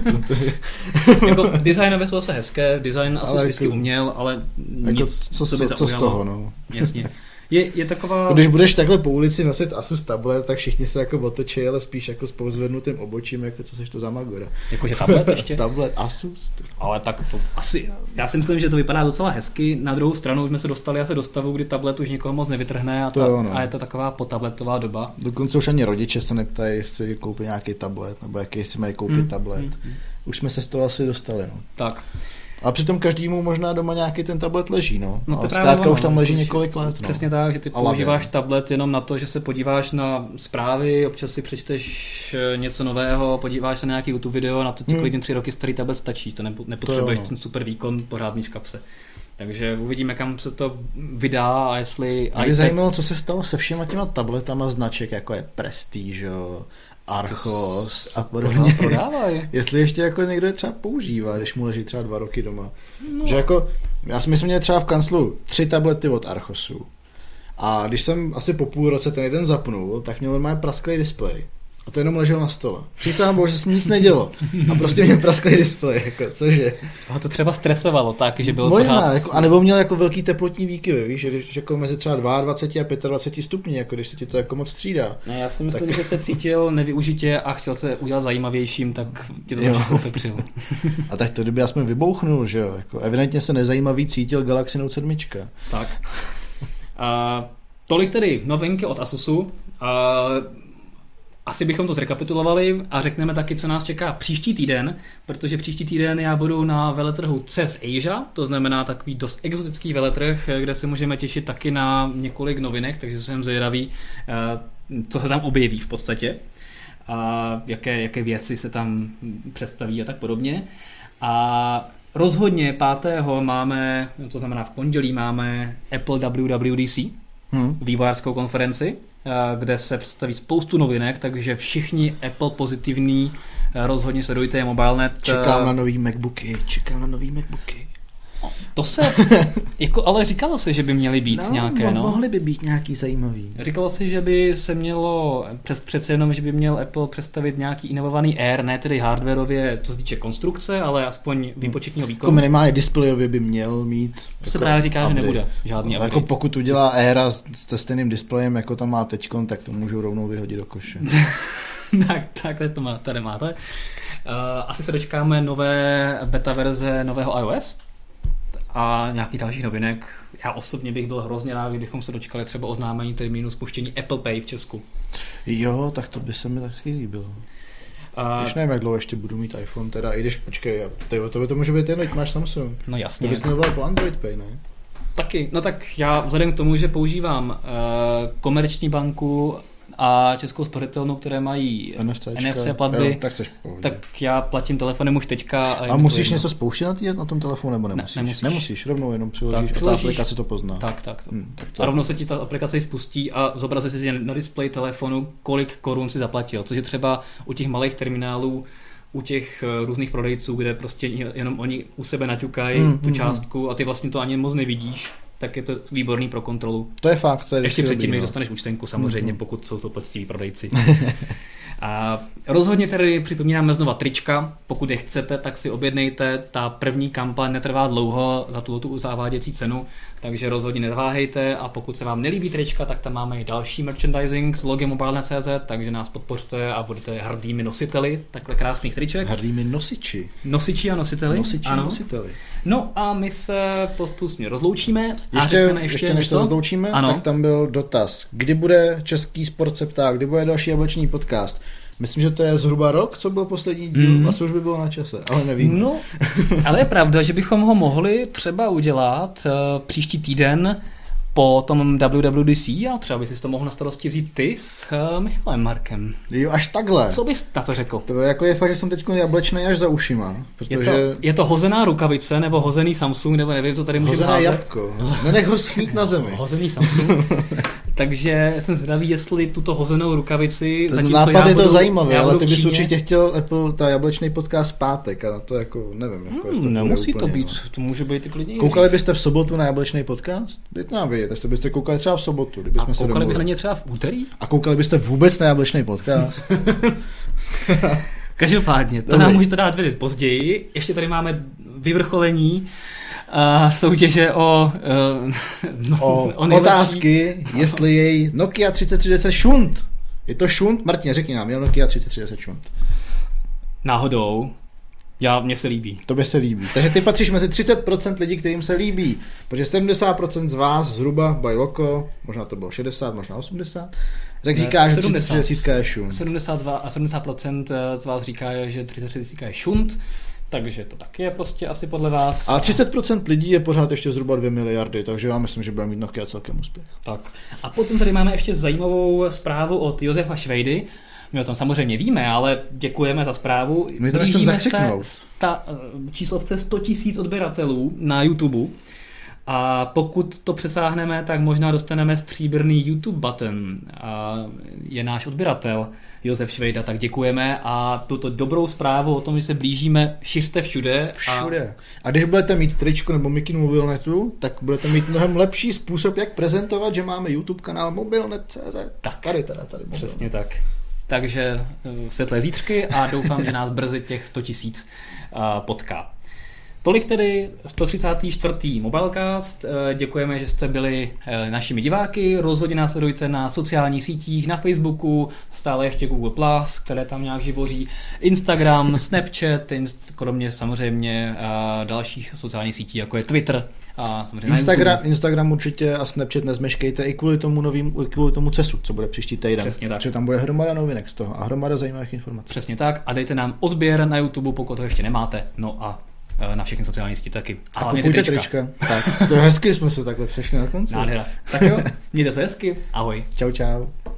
jako designově jsou zase hezké, design asi jako, vždycky uměl, ale nic, jako, co, co, co, co z toho, no. Jasně. Je, je taková... Když budeš takhle po ulici nosit Asus tablet, tak všichni se jako otočí, ale spíš jako s povzvednutým obočím, jako co seš to za magora. Jakože tablet ještě? Tablet Asus. Ale tak to asi, já si myslím, že to vypadá docela hezky. Na druhou stranu jsme se dostali asi do stavu, kdy tablet už nikoho moc nevytrhne a, ta, to, no. a je to taková potabletová doba. Dokonce už ani rodiče se neptají, jestli koupí nějaký tablet, nebo jaký si mají koupit hmm. tablet. Hmm. Už jsme se z toho asi dostali. No. Tak. A přitom každému možná doma nějaký ten tablet leží, no. no a zkrátka už tam leží několik let, no. Přesně tak, že ty a používáš lavě. Tablet jenom na to, že se podíváš na zprávy, občas si přečteš něco nového, podíváš se na nějaký YouTube video, na to ti hmm. klidně tři roky starý tablet stačí, to nepotřebuješ to jo, no. ten super výkon pořád mít v kapse. Takže uvidíme, kam se to vydá a jestli... Mě by zajímalo, co se stalo se všema těma tabletama značek, jako je Prestige, Archos a podobně. Prodávají. Jestli ještě jako někdo je třeba používá, když mu leží třeba dva roky doma. No. Že jako, já si myslím, že třeba v kanclu tři tablety od Archosu. A když jsem asi po půl roce ten jeden zapnul, tak měl normálně prasklý displej. A to jenom ležel na stole. Přísahám bohu, že se nic nedělo. A prostě měl prasklý displej, jako, cože. A to třeba stresovalo tak, že bylo možná, pořád... jako, a nebo měl jako velký teplotní výkyvy, víš, že když jako mezi třeba dvacet dva a dvacet pět stupňů, jako když se ti to jako moc střídá. Ne, já si myslím, tak... že se cítil nevyužitě a chtěl se udělat zajímavějším, tak ti to trošku pepřilo. A tak to kdyby já jsem vybouchnul, že jo, jako evidentně se nezajímavý cítil Galaxy Note sedm. Tak. A tolik tedy novinky od Asusu. A asi bychom to zrekapitulovali a řekneme taky, co nás čeká příští týden, protože příští týden já budu na veletrhu C E S Asia, to znamená takový dost exotický veletrh, kde se můžeme těšit taky na několik novinek, takže jsem zvědavý, co se tam objeví v podstatě a jaké, jaké věci se tam představí a tak podobně. A rozhodně pátého máme, to znamená v pondělí máme Apple W W D C, hmm. vývojářskou konferenci, kde se představí spoustu novinek, takže všichni Apple pozitivní rozhodně sledujte Mobile net. Čekám na nový MacBooky, čekám na nový MacBooky. To se, jako, ale říkalo se, že by měly být no, nějaké, no. Mohly by být nějaký zajímavý. Říkalo se, že by se mělo, přes, přece jenom, že by měl Apple představit nějaký inovovaný Air, ne tedy hardwareově, co se týče konstrukce, ale aspoň výpočetního výkonu. Jako minimálně displejově by měl mít. To se právě říká, update. že nebude žádný update. Jako pokud udělá Aira s, s stejným displejem, jako tam má teďkon, tak to můžou rovnou vyhodit do koše. tak, tak to má, tady máte. Uh, asi se dočkáme nové beta verze nového iOS a nějakých dalších novinek. Já osobně bych byl hrozně rád, kdybychom se dočkali třeba oznámení termínu spuštění Apple Pay v Česku. Jo, tak to by se mi taky líbilo. Uh, když nevím, jak dlouho ještě budu mít iPhone, teda i když, počkej, tyjo, to by to může být jen, máš Samsung. No jasně. To bys měl po Android Pay, ne? Taky, no tak já vzhledem k tomu, že používám uh, komerční banku a Českou spořitelnu, které mají NFCčka. N F C platby, jo, tak, tak já platím telefonem už teďka. A, a musíš něco spouštět na, tý, na tom telefonu, nebo nemusíš? Ne, nemusíš. Nemusíš, rovnou jenom přiložíš tak, a ta aplikace to pozná. Tak, tak. Hmm, tak to a rovnou se ti ta aplikace spustí a zobrazí si na displej telefonu, kolik korun si zaplatil. Což je třeba u těch malých terminálů, u těch různých prodejců, kde prostě jenom oni u sebe naťukají hmm, tu částku hmm. a ty vlastně to ani moc nevidíš, tak je to výborný pro kontrolu. To je fakt. To je ještě předtím, než no. dostaneš účtenku, samozřejmě, mm-hmm. pokud jsou to poctiví prodejci. A rozhodně tedy připomínáme znova trička, pokud je chcete, tak si objednejte, ta první kampaň netrvá dlouho za tu, tu zaváděcí cenu, takže rozhodně neváhejte a pokud se vám nelíbí trička, tak tam máme i další merchandising s logem mobile tečka cé zet, takže nás podpořte a budete hrdými nositeli takhle krásných triček. Hrdými nosiči. Nosiči a nositeli. Nosiči a nositeli. No a my se postupně rozloučíme. Ještě, a řekneme ještě, ještě než se rozloučíme, ano. Tak tam byl dotaz. Kdy bude Český sport se ptá, kdy bude další jablečný podcast? Myslím, že to je zhruba rok, co byl poslední díl, mm. asi už by bylo na čase, ale nevím. No, ale je pravda, že bychom ho mohli třeba udělat uh, příští týden po tom W W D C a třeba by si to mohl na starosti vzít ty s uh, Michalem Markem. Jo, až takhle. Co bys na to řekl? To je, jako je fakt, že jsem teď jablečnej až za ušima. Protože... Je, to, je to hozená rukavice, nebo hozený Samsung, nebo nevím, co tady můžeme Hozené jabko. Nenech ho schýt na zemi. Hozený Samsung. Takže jsem zvědavý, jestli tuto hozenou rukavici... Ten nápad je to zajímavé, ale ty bys určitě chtěl Apple, ta jablečný podcast pátek a na to jako, nevím. Jako hmm, to nemusí to úplně, být, no. To může být i klidnější. Koukali byste v sobotu na jablečný podcast? Dejte nám vědět, jestli byste koukali třeba v sobotu. A koukali byste na ně třeba v úterý? A koukali byste vůbec na jablečný podcast? Každopádně, to Dobrý. Nám můžete dát vědět později. Ještě tady máme vyvrcholení uh, soutěže o, uh, no, o, o otázky, jestli jej Nokia třicet tři deset šunt. Je to šunt? Martin, řekni nám, je Nokia třicet tři deset šunt? Náhodou. Já, mně se líbí. Tobě se líbí. Takže ty patříš mezi třicet procent lidí, kterým se líbí. Protože sedmdesát procent z vás zhruba by oko, možná to bylo šedesát, možná osmdesát, tak říká, že třicet tři deset je šunt. sedmdesát dva a sedmdesát procent z vás říká, že třicet tři deset je šunt. Takže to taky je prostě asi podle vás. A třicet procent lidí je pořád ještě zhruba dvě miliardy, takže já myslím, že bude mít Nokia celkem úspěch. Tak. A potom tady máme ještě zajímavou zprávu od Josefa Švejdy. My o tom samozřejmě víme, ale děkujeme za zprávu. My to nechceme zakřiknout. Ta číslovce sto tisíc odběratelů na YouTube. A pokud to přesáhneme, tak možná dostaneme stříbrný YouTube button. A je náš odběratel Josef Švejda, tak děkujeme a tuto dobrou zprávu o tom, že se blížíme, šiřte všude. Všude. A, a když budete mít tričko nebo Mikinu mobilnetu, tak budete mít mnohem lepší způsob, jak prezentovat, že máme YouTube kanál mobilnet tečka cé zet. Tak, tady, tady, tady. Přesně tak. Takže světlé zítřky a doufám, že nás brzy těch sto tisíc potká. Tolik tedy sto třicátý čtvrtý Mobilecast. Děkujeme, že jste byli našimi diváky. Rozhodně nás sledujte na sociálních sítích, na Facebooku, stále ještě Google plus, které tam nějak živoří, Instagram, Snapchat, kromě samozřejmě dalších sociálních sítí, jako je Twitter. A Instagram, Instagram určitě a Snapchat nezmeškejte i kvůli tomu novým, kvůli tomu cesu, co bude příští týden. Přesně tak. Protože tam bude hromada novinek z toho a hromada zajímavých informací. Přesně tak a dejte nám odběr na YouTube, pokud to ještě nemáte. No a na všechny sociální sítě taky. A, a kupujte trička. Tak, to hezky jsme se takhle přešli na konci. Nádhera. Tak jo, mějte se hezky. Ahoj. Čau, čau.